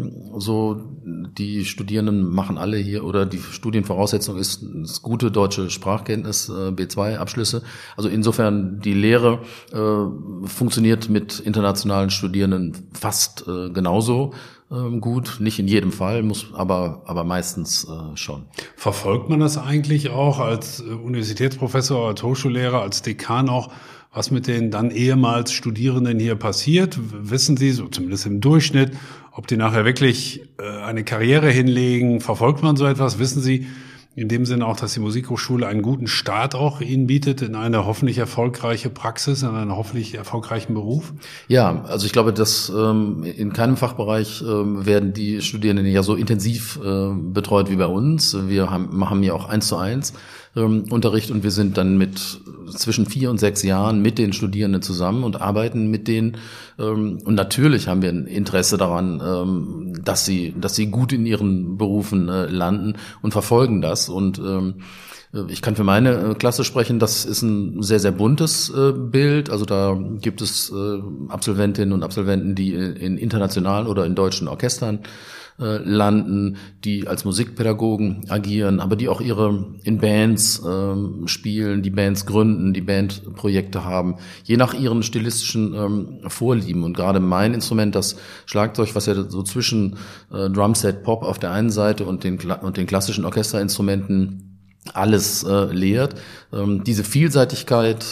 so die Studierenden machen alle hier oder die Studienvoraussetzung ist gute deutsche Sprachkenntnis, B2-Abschlüsse. Also insofern die Lehre funktioniert mit internationalen Studierenden fast genauso gut. Nicht in jedem Fall, aber meistens schon. Verfolgt man das eigentlich auch als Universitätsprofessor, als Hochschullehrer, als Dekan auch, was mit den dann ehemals Studierenden hier passiert? Wissen Sie, so zumindest im Durchschnitt, ob die nachher wirklich eine Karriere hinlegen? Verfolgt man so etwas? Wissen Sie in dem Sinne auch, dass die Musikhochschule einen guten Start auch Ihnen bietet in eine hoffentlich erfolgreiche Praxis, in einen hoffentlich erfolgreichen Beruf? Ja, also ich glaube, dass in keinem Fachbereich werden die Studierenden ja so intensiv betreut wie bei uns. Wir machen ja auch 1:1 Unterricht und wir sind dann mit zwischen 4 und 6 Jahren mit den Studierenden zusammen und arbeiten mit denen. Und natürlich haben wir ein Interesse daran, dass sie gut in ihren Berufen landen und verfolgen das. Und ich kann für meine Klasse sprechen, das ist ein sehr, sehr buntes Bild. Also da gibt es Absolventinnen und Absolventen, die in internationalen oder in deutschen Orchestern landen, die als Musikpädagogen agieren, aber die auch in Bands spielen, die Bands gründen, die Bandprojekte haben, je nach ihren stilistischen Vorlieben. Und gerade mein Instrument, das Schlagzeug, was ja so zwischen Drumset, Pop auf der einen Seite und den klassischen Orchesterinstrumenten alles lehrt. Diese Vielseitigkeit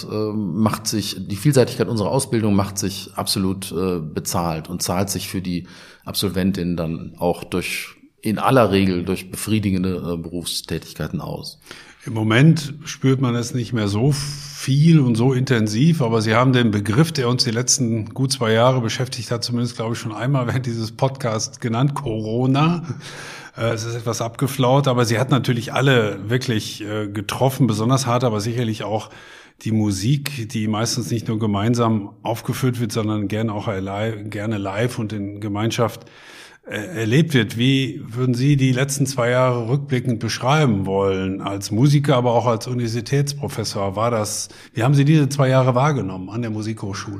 die Vielseitigkeit unserer Ausbildung macht sich absolut bezahlt und zahlt sich für die Absolventin dann auch in aller Regel durch befriedigende Berufstätigkeiten aus. Im Moment spürt man es nicht mehr so viel und so intensiv, aber Sie haben den Begriff, der uns die letzten gut 2 Jahre beschäftigt hat, zumindest glaube ich schon einmal während dieses Podcasts genannt, Corona. Es ist etwas abgeflaut, aber sie hat natürlich alle wirklich getroffen, besonders hart, aber sicherlich auch die Musik, die meistens nicht nur gemeinsam aufgeführt wird, sondern gerne auch gerne live und in Gemeinschaft erlebt wird. Wie würden Sie die letzten 2 Jahre rückblickend beschreiben wollen, als Musiker, aber auch als Universitätsprofessor? Wie haben Sie diese 2 Jahre wahrgenommen an der Musikhochschule?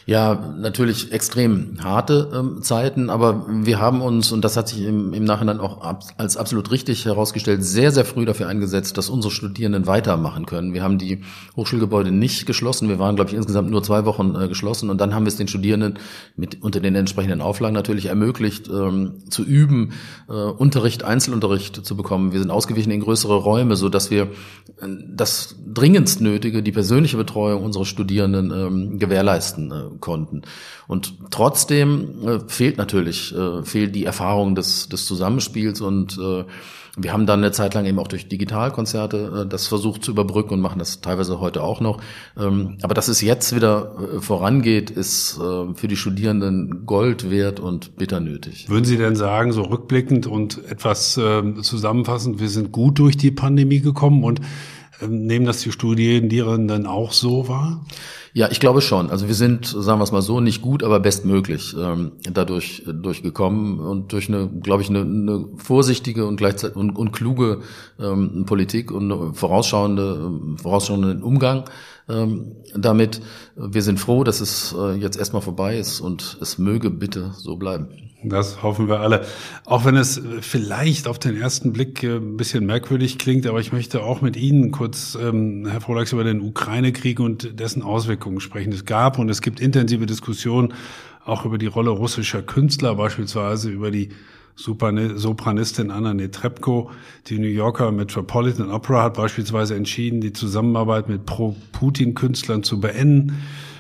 Ja, natürlich extrem harte Zeiten, aber wir haben uns, und das hat sich im Nachhinein auch als absolut richtig herausgestellt, sehr, sehr früh dafür eingesetzt, dass unsere Studierenden weitermachen können. Wir haben die Hochschulgebäude nicht geschlossen. Wir waren, glaube ich, insgesamt nur 2 Wochen geschlossen, und dann haben wir es den Studierenden unter den entsprechenden Auflagen natürlich ermöglicht, zu üben, Unterricht, Einzelunterricht zu bekommen. Wir sind ausgewichen in größere Räume, so dass wir das dringendst Nötige, die persönliche Betreuung unserer Studierenden gewährleisten konnten. Und trotzdem fehlt die Erfahrung des Zusammenspiels, und wir haben dann eine Zeit lang eben auch durch Digitalkonzerte das versucht zu überbrücken und machen das teilweise heute auch noch. Aber dass es jetzt wieder vorangeht, ist für die Studierenden Gold wert und bitter nötig. Würden Sie denn sagen, so rückblickend und etwas zusammenfassend, wir sind gut durch die Pandemie gekommen, und nehmen das die Studierenden auch so wahr? Ja, ich glaube schon. Also wir sind, sagen wir es mal so, nicht gut, aber bestmöglich dadurch durchgekommen und durch eine vorsichtige und gleichzeitig und kluge Politik und vorausschauenden Umgang damit. Wir sind froh, dass es jetzt erstmal vorbei ist, und es möge bitte so bleiben. Das hoffen wir alle. Auch wenn es vielleicht auf den ersten Blick ein bisschen merkwürdig klingt, aber ich möchte auch mit Ihnen kurz, Herr Frohlachs, über den Ukraine-Krieg und dessen Auswirkungen sprechen. Es gab und es gibt intensive Diskussionen auch über die Rolle russischer Künstler, beispielsweise über die Sopranistin Anna Netrebko. Die New Yorker Metropolitan Opera hat beispielsweise entschieden, die Zusammenarbeit mit Pro-Putin-Künstlern zu beenden.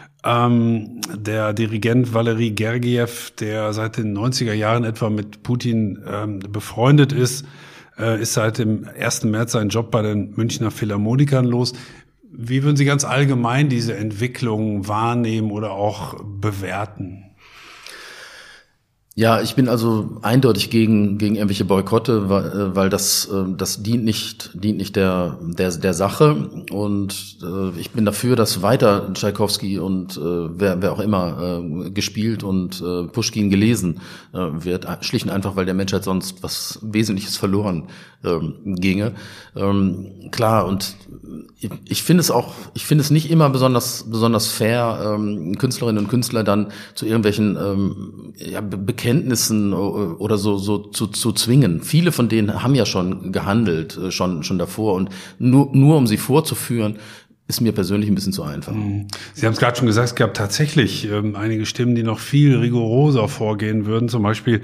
Der Dirigent Valery Gergiev, der seit den 90er Jahren etwa mit Putin befreundet ist seit dem 1. März seinen Job bei den Münchner Philharmonikern los. Wie würden Sie ganz allgemein diese Entwicklung wahrnehmen oder auch bewerten? Ja, ich bin also eindeutig gegen irgendwelche Boykotte, weil das dient nicht der Sache, und ich bin dafür, dass weiter Tschaikowski und wer auch immer gespielt und Puschkin gelesen wird, schlicht und einfach, weil der Menschheit sonst was Wesentliches verloren ginge. Klar, und ich finde es nicht immer besonders fair, Künstlerinnen und Künstler dann zu irgendwelchen Bekenntnissen oder so zu zwingen. Viele von denen haben ja schon gehandelt, schon davor, und nur um sie vorzuführen, ist mir persönlich ein bisschen zu einfach. Sie haben es gerade schon gesagt, es gab tatsächlich einige Stimmen, die noch viel rigoroser vorgehen würden. Zum Beispiel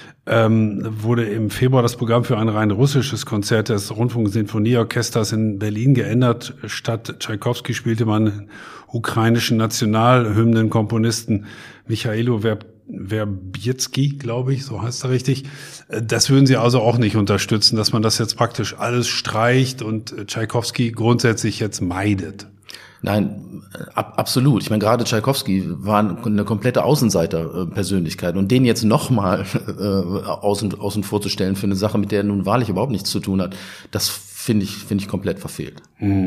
wurde im Februar das Programm für ein rein russisches Konzert des Rundfunksinfonieorchesters in Berlin geändert. Statt Tschaikowski spielte man ukrainischen Nationalhymnenkomponisten Michailo Verbitsky, glaube ich, so heißt er richtig. Das würden Sie also auch nicht unterstützen, dass man das jetzt praktisch alles streicht und Tschaikowski grundsätzlich jetzt meidet? Nein, absolut. Ich meine, gerade Tschaikowski war eine komplette Außenseiterpersönlichkeit, und den jetzt nochmal außen vorzustellen für eine Sache, mit der er nun wahrlich überhaupt nichts zu tun hat, das finde ich komplett verfehlt.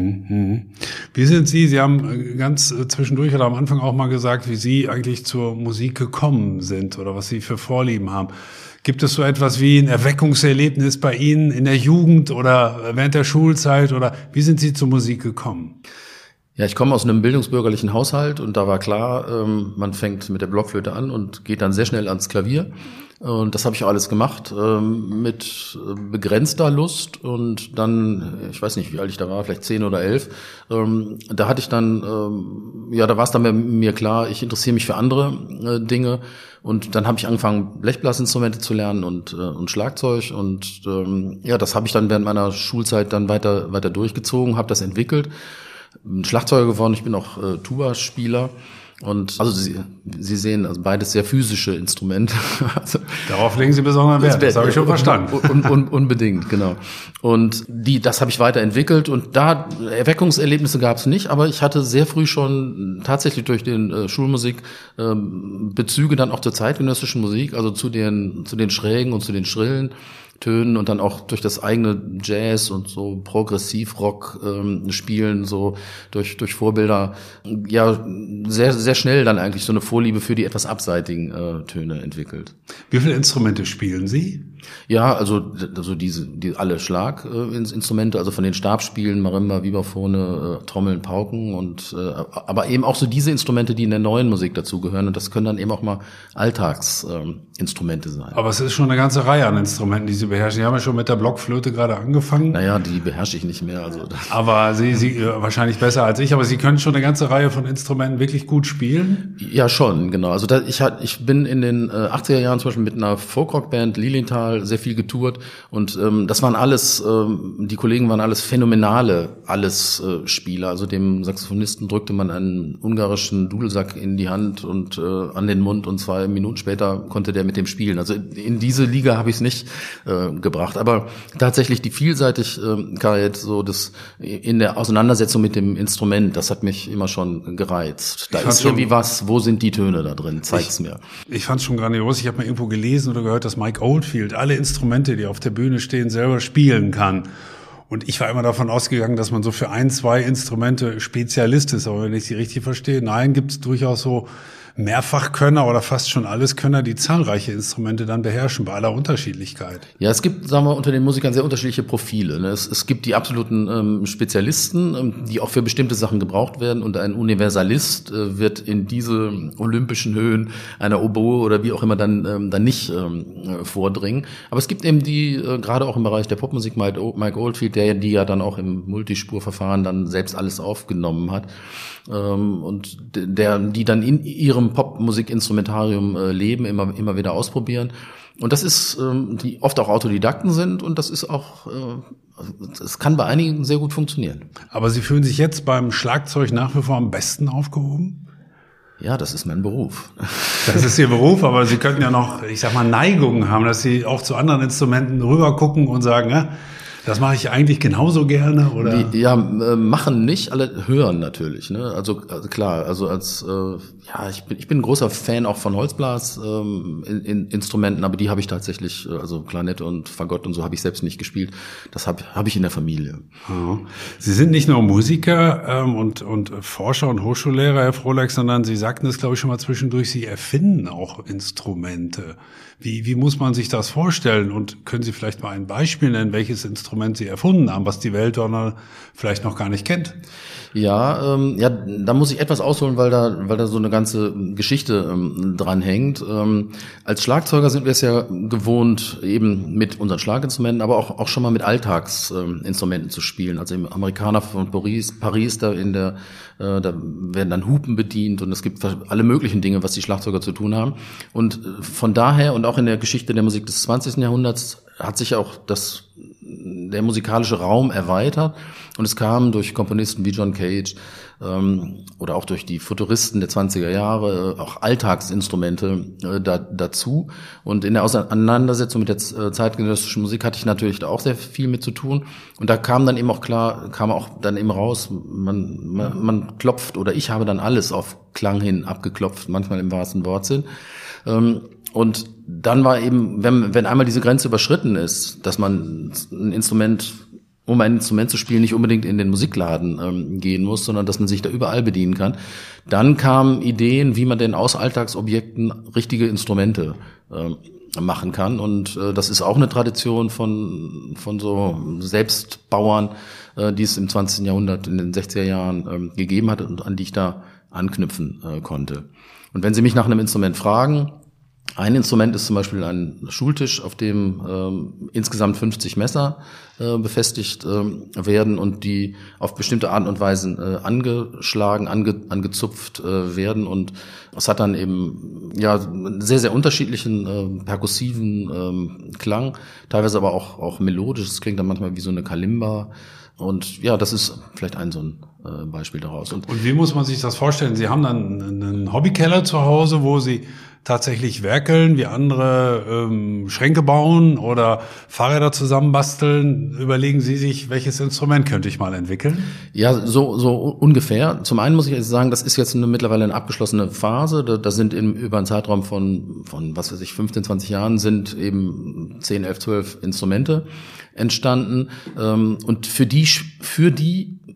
Wie sind Sie? Sie haben ganz zwischendurch oder am Anfang auch mal gesagt, wie Sie eigentlich zur Musik gekommen sind oder was Sie für Vorlieben haben. Gibt es so etwas wie ein Erweckungserlebnis bei Ihnen in der Jugend oder während der Schulzeit, oder wie sind Sie zur Musik gekommen? Ja, ich komme aus einem bildungsbürgerlichen Haushalt, und da war klar, man fängt mit der Blockflöte an und geht dann sehr schnell ans Klavier. Und das habe ich auch alles gemacht, mit begrenzter Lust. Und dann, ich weiß nicht, wie alt ich da war, vielleicht 10 oder 11, da hatte ich dann, da war es dann bei mir klar, ich interessiere mich für andere Dinge. Und dann habe ich angefangen, Blechblasinstrumente zu lernen und Schlagzeug. Und das habe ich dann während meiner Schulzeit dann weiter durchgezogen, habe das entwickelt. Schlagzeuger geworden, ich bin auch Tuba-Spieler. Und also Sie sehen, also beides sehr physische Instrumente. Also, darauf legen Sie besonderen Wert, das habe ich schon verstanden. Unbedingt, genau. Und das habe ich weiterentwickelt, und da Erweckungserlebnisse gab es nicht, aber ich hatte sehr früh schon tatsächlich durch den Schulmusik Bezüge dann auch zur zeitgenössischen Musik, also zu den schrägen und zu den schrillen Tönen, und dann auch durch das eigene Jazz und so Progressivrock spielen, so durch Vorbilder, sehr, sehr schnell dann eigentlich so eine Vorliebe für die etwas abseitigen Töne entwickelt. Wie viele Instrumente spielen Sie? Ja, also die alle Schlaginstrumente, also von den Stabspielen, Marimba, Vibraphone, Trommeln, Pauken und aber eben auch so diese Instrumente, die in der neuen Musik dazugehören, und das können dann eben auch mal Alltagsinstrumente sein. Aber es ist schon eine ganze Reihe an Instrumenten, die Sie beherrschen. Sie haben ja schon mit der Blockflöte gerade angefangen. Naja, die beherrsche ich nicht mehr. Also aber Sie wahrscheinlich besser als ich, aber Sie können schon eine ganze Reihe von Instrumenten wirklich gut spielen? Ja, schon, genau. Also ich bin in den 80er Jahren zum Beispiel mit einer Folkrock-Band Lilienthal sehr viel getourt, und das waren alles, die Kollegen waren alles phänomenale Spieler. Also dem Saxophonisten drückte man einen ungarischen Dudelsack in die Hand und an den Mund, und 2 Minuten später konnte der mit dem spielen. Also in diese Liga habe ich es nicht gebracht. Aber tatsächlich die Vielseitigkeit so in der Auseinandersetzung mit dem Instrument, das hat mich immer schon gereizt. Da ist irgendwie was, wo sind die Töne da drin? Zeig's mir. Ich fand's schon grandios. Ich habe mal irgendwo gelesen oder gehört, dass Mike Oldfield alle Instrumente, die auf der Bühne stehen, selber spielen kann. Und ich war immer davon ausgegangen, dass man so für 1, 2 Instrumente Spezialist ist. Aber wenn ich Sie richtig verstehe, nein, gibt's durchaus so Mehrfachkönner oder fast schon Alleskönner, die zahlreiche Instrumente dann beherrschen, bei aller Unterschiedlichkeit. Ja, es gibt, sagen wir, unter den Musikern sehr unterschiedliche Profile. Ne? Es gibt die absoluten Spezialisten, die auch für bestimmte Sachen gebraucht werden, und ein Universalist wird in diese olympischen Höhen einer Oboe oder wie auch immer dann nicht vordringen. Aber es gibt eben die, gerade auch im Bereich der Popmusik, Mike Oldfield, die ja dann auch im Multispurverfahren dann selbst alles aufgenommen hat. Und die dann in ihrem Popmusikinstrumentarium leben, immer wieder ausprobieren. Und das ist, die oft auch Autodidakten sind, und das ist auch, es kann bei einigen sehr gut funktionieren. Aber Sie fühlen sich jetzt beim Schlagzeug nach wie vor am besten aufgehoben? Ja, das ist mein Beruf. Das ist Ihr Beruf, aber Sie könnten ja noch, ich sag mal, Neigungen haben, dass Sie auch zu anderen Instrumenten rüber gucken und sagen, ja, das mache ich eigentlich genauso gerne, oder? Ja, machen nicht, alle hören natürlich, ne? Also klar, also ich bin ein großer Fan auch von Holzblas Instrumenten, aber die habe ich tatsächlich, also Klarinette und Fagott und so habe ich selbst nicht gespielt. Das hab ich in der Familie. Oh. Sie sind nicht nur Musiker und Forscher und Hochschullehrer, Herr Frohleck, sondern Sie sagten das, glaube ich, schon mal zwischendurch, Sie erfinden auch Instrumente. Wie muss man sich das vorstellen? Und können Sie vielleicht mal ein Beispiel nennen, welches Instrument Sie erfunden haben, was die Welt vielleicht noch gar nicht kennt? Ja, da muss ich etwas ausholen, weil da so eine ganze Geschichte dran hängt. Als Schlagzeuger sind wir es ja gewohnt, eben mit unseren Schlaginstrumenten, aber auch schon mal mit Alltagsinstrumenten zu spielen. Also im Amerikaner von Paris, da werden dann Hupen bedient, und es gibt alle möglichen Dinge, was die Schlagzeuger zu tun haben. Und von daher und auch in der Geschichte der Musik des 20. Jahrhunderts hat sich auch der musikalische Raum erweitert, und es kam durch Komponisten wie John Cage oder auch durch die Futuristen der 20er Jahre auch Alltagsinstrumente dazu. Und in der Auseinandersetzung mit der zeitgenössischen Musik hatte ich natürlich auch sehr viel mit zu tun. Und da kam auch dann eben raus, man klopft, oder ich habe dann alles auf Klang hin abgeklopft, manchmal im wahrsten Wortsinn. Und dann war eben, wenn einmal diese Grenze überschritten ist, dass man um ein Instrument zu spielen, nicht unbedingt in den Musikladen gehen muss, sondern dass man sich da überall bedienen kann, dann kamen Ideen, wie man denn aus Alltagsobjekten richtige Instrumente machen kann. Und das ist auch eine Tradition von so Selbstbauern, die es im 20. Jahrhundert, in den 60er Jahren gegeben hat und an die ich da anknüpfen konnte. Und wenn Sie mich nach einem Instrument fragen, ein Instrument ist zum Beispiel ein Schultisch, auf dem insgesamt 50 Messer befestigt werden und die auf bestimmte Art und Weise angeschlagen, angezupft werden. Und es hat dann eben einen sehr, sehr unterschiedlichen perkussiven Klang, teilweise aber auch melodisch. Es klingt dann manchmal wie so eine Kalimba. Und ja, das ist vielleicht so ein Beispiel daraus. Und wie muss man sich das vorstellen? Sie haben dann einen Hobbykeller zu Hause, wo Sie tatsächlich werkeln, wie andere Schränke bauen oder Fahrräder zusammenbasteln. Überlegen Sie sich, welches Instrument könnte ich mal entwickeln? Ja, so ungefähr. Zum einen muss ich sagen, das ist jetzt mittlerweile eine abgeschlossene Phase. Da sind über einen Zeitraum von 15, 20 Jahren sind eben 10, 11, 12 Instrumente entstanden. Und für die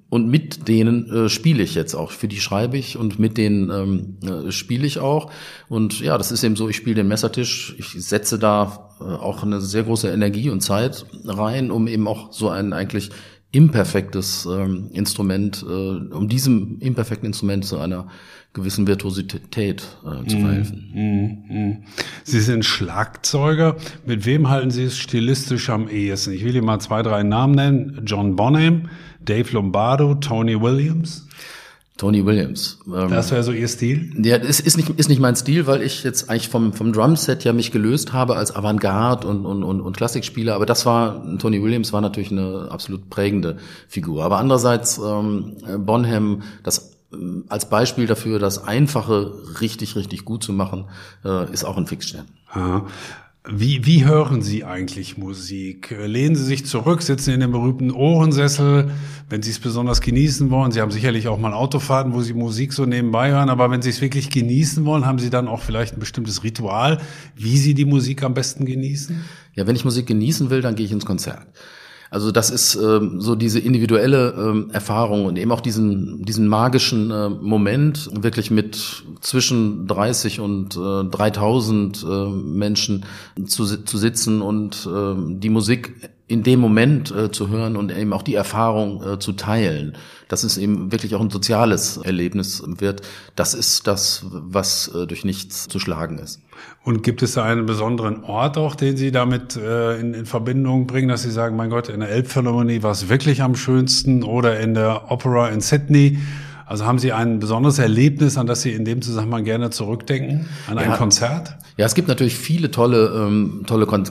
Und mit denen spiele ich jetzt auch. Für die schreibe ich und mit denen spiele ich auch. Und ja, das ist eben so, ich spiele den Messertisch. Ich setze da auch eine sehr große Energie und Zeit rein, um eben auch so ein eigentlich imperfektes Instrument, um diesem imperfekten Instrument zu einer gewissen Virtuosität zu verhelfen. Sie sind Schlagzeuger. Mit wem halten Sie es stilistisch am ehesten? Ich will Ihnen mal 2, 3 Namen nennen. John Bonham, Dave Lombardo, Tony Williams. Tony Williams. Das wäre so Ihr Stil? Ja, das ist nicht mein Stil, weil ich jetzt eigentlich vom Drumset ja mich gelöst habe als Avantgarde und Klassikspieler. Aber Tony Williams war natürlich eine absolut prägende Figur. Aber andererseits Bonham, das als Beispiel dafür, das Einfache richtig, richtig gut zu machen, ist auch ein Fixstern. Wie hören Sie eigentlich Musik? Lehnen Sie sich zurück, sitzen in dem berühmten Ohrensessel, wenn Sie es besonders genießen wollen? Sie haben sicherlich auch mal Autofahrten, wo Sie Musik so nebenbei hören, aber wenn Sie es wirklich genießen wollen, haben Sie dann auch vielleicht ein bestimmtes Ritual, wie Sie die Musik am besten genießen? Ja, wenn ich Musik genießen will, dann gehe ich ins Konzert. Also das ist so diese individuelle Erfahrung und eben auch diesen magischen Moment, wirklich mit zwischen 30 und 3000 Menschen zu sitzen und die Musik in dem Moment zu hören und eben auch die Erfahrung zu teilen. Dass es eben wirklich auch ein soziales Erlebnis wird. Das ist das, was durch nichts zu schlagen ist. Und gibt es da einen besonderen Ort auch, den Sie damit in Verbindung bringen, dass Sie sagen, mein Gott, in der Elbphilharmonie war es wirklich am schönsten oder in der Opera in Sydney? Also haben Sie ein besonderes Erlebnis, an das Sie in dem Zusammenhang gerne zurückdenken? An ein Konzert? Ja, es gibt natürlich viele tolle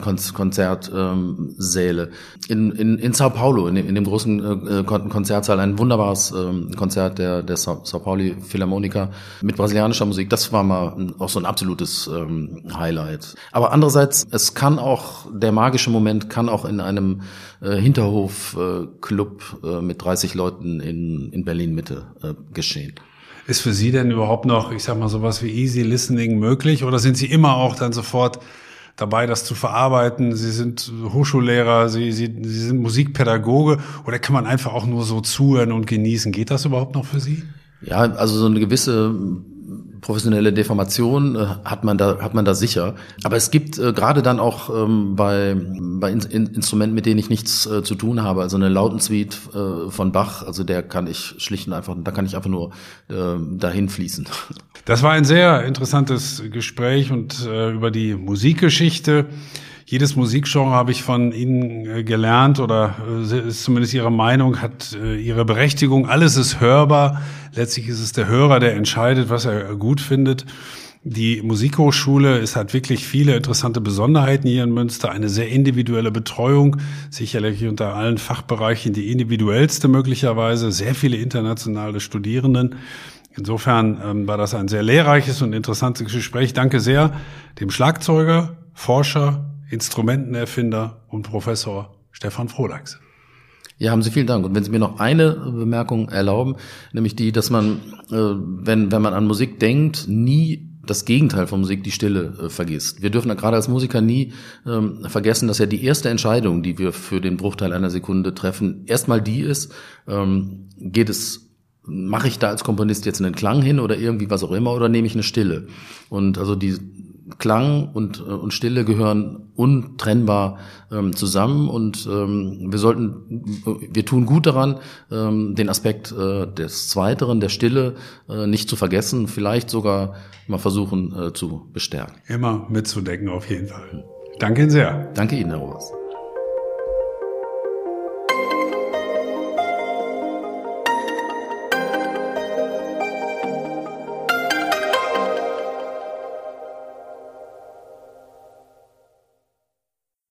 Konzertsäle. In Sao Paulo, in dem großen Konzertsaal, ein wunderbares Konzert der Sao Paulo Philharmoniker mit brasilianischer Musik. Das war mal auch so ein absolutes Highlight. Aber andererseits, der magische Moment kann auch in einem Hinterhof-Club mit 30 Leuten in Berlin-Mitte geschehen. Ist für Sie denn überhaupt noch, ich sag mal, sowas wie Easy Listening möglich? Oder sind Sie immer auch dann sofort dabei, das zu verarbeiten? Sie sind Hochschullehrer, Sie sind Musikpädagoge. Oder kann man einfach auch nur so zuhören und genießen? Geht das überhaupt noch für Sie? Ja, also so eine gewisse professionelle Deformation hat man da sicher. Aber es gibt gerade dann auch bei Instrumenten, mit denen ich nichts zu tun habe, also eine Lautensuite von Bach, also da kann ich einfach nur dahin fließen. Das war ein sehr interessantes Gespräch und über die Musikgeschichte. Jedes Musikgenre habe ich von Ihnen gelernt oder ist zumindest Ihre Meinung, hat ihre Berechtigung. Alles ist hörbar. Letztlich ist es der Hörer, der entscheidet, was er gut findet. Die Musikhochschule hat wirklich viele interessante Besonderheiten hier in Münster. Eine sehr individuelle Betreuung, sicherlich unter allen Fachbereichen die individuellste möglicherweise. Sehr viele internationale Studierenden. Insofern war das ein sehr lehrreiches und interessantes Gespräch. Danke sehr dem Schlagzeuger, Forscher, Instrumentenerfinder und Professor Stefan Frolachs. Ja, haben Sie vielen Dank. Und wenn Sie mir noch eine Bemerkung erlauben, nämlich die, dass man, wenn man an Musik denkt, nie das Gegenteil von Musik, die Stille, vergisst. Wir dürfen gerade als Musiker nie vergessen, dass ja die erste Entscheidung, die wir für den Bruchteil einer Sekunde treffen, erstmal die ist, mache ich da als Komponist jetzt einen Klang hin oder irgendwie was auch immer oder nehme ich eine Stille? Und also die Klang und Stille gehören untrennbar zusammen und wir tun gut daran, den Aspekt des Zweiteren, der Stille, nicht zu vergessen, vielleicht sogar mal versuchen zu bestärken. Immer mitzudenken auf jeden Fall. Danke Ihnen sehr. Danke Ihnen, Herr Roos.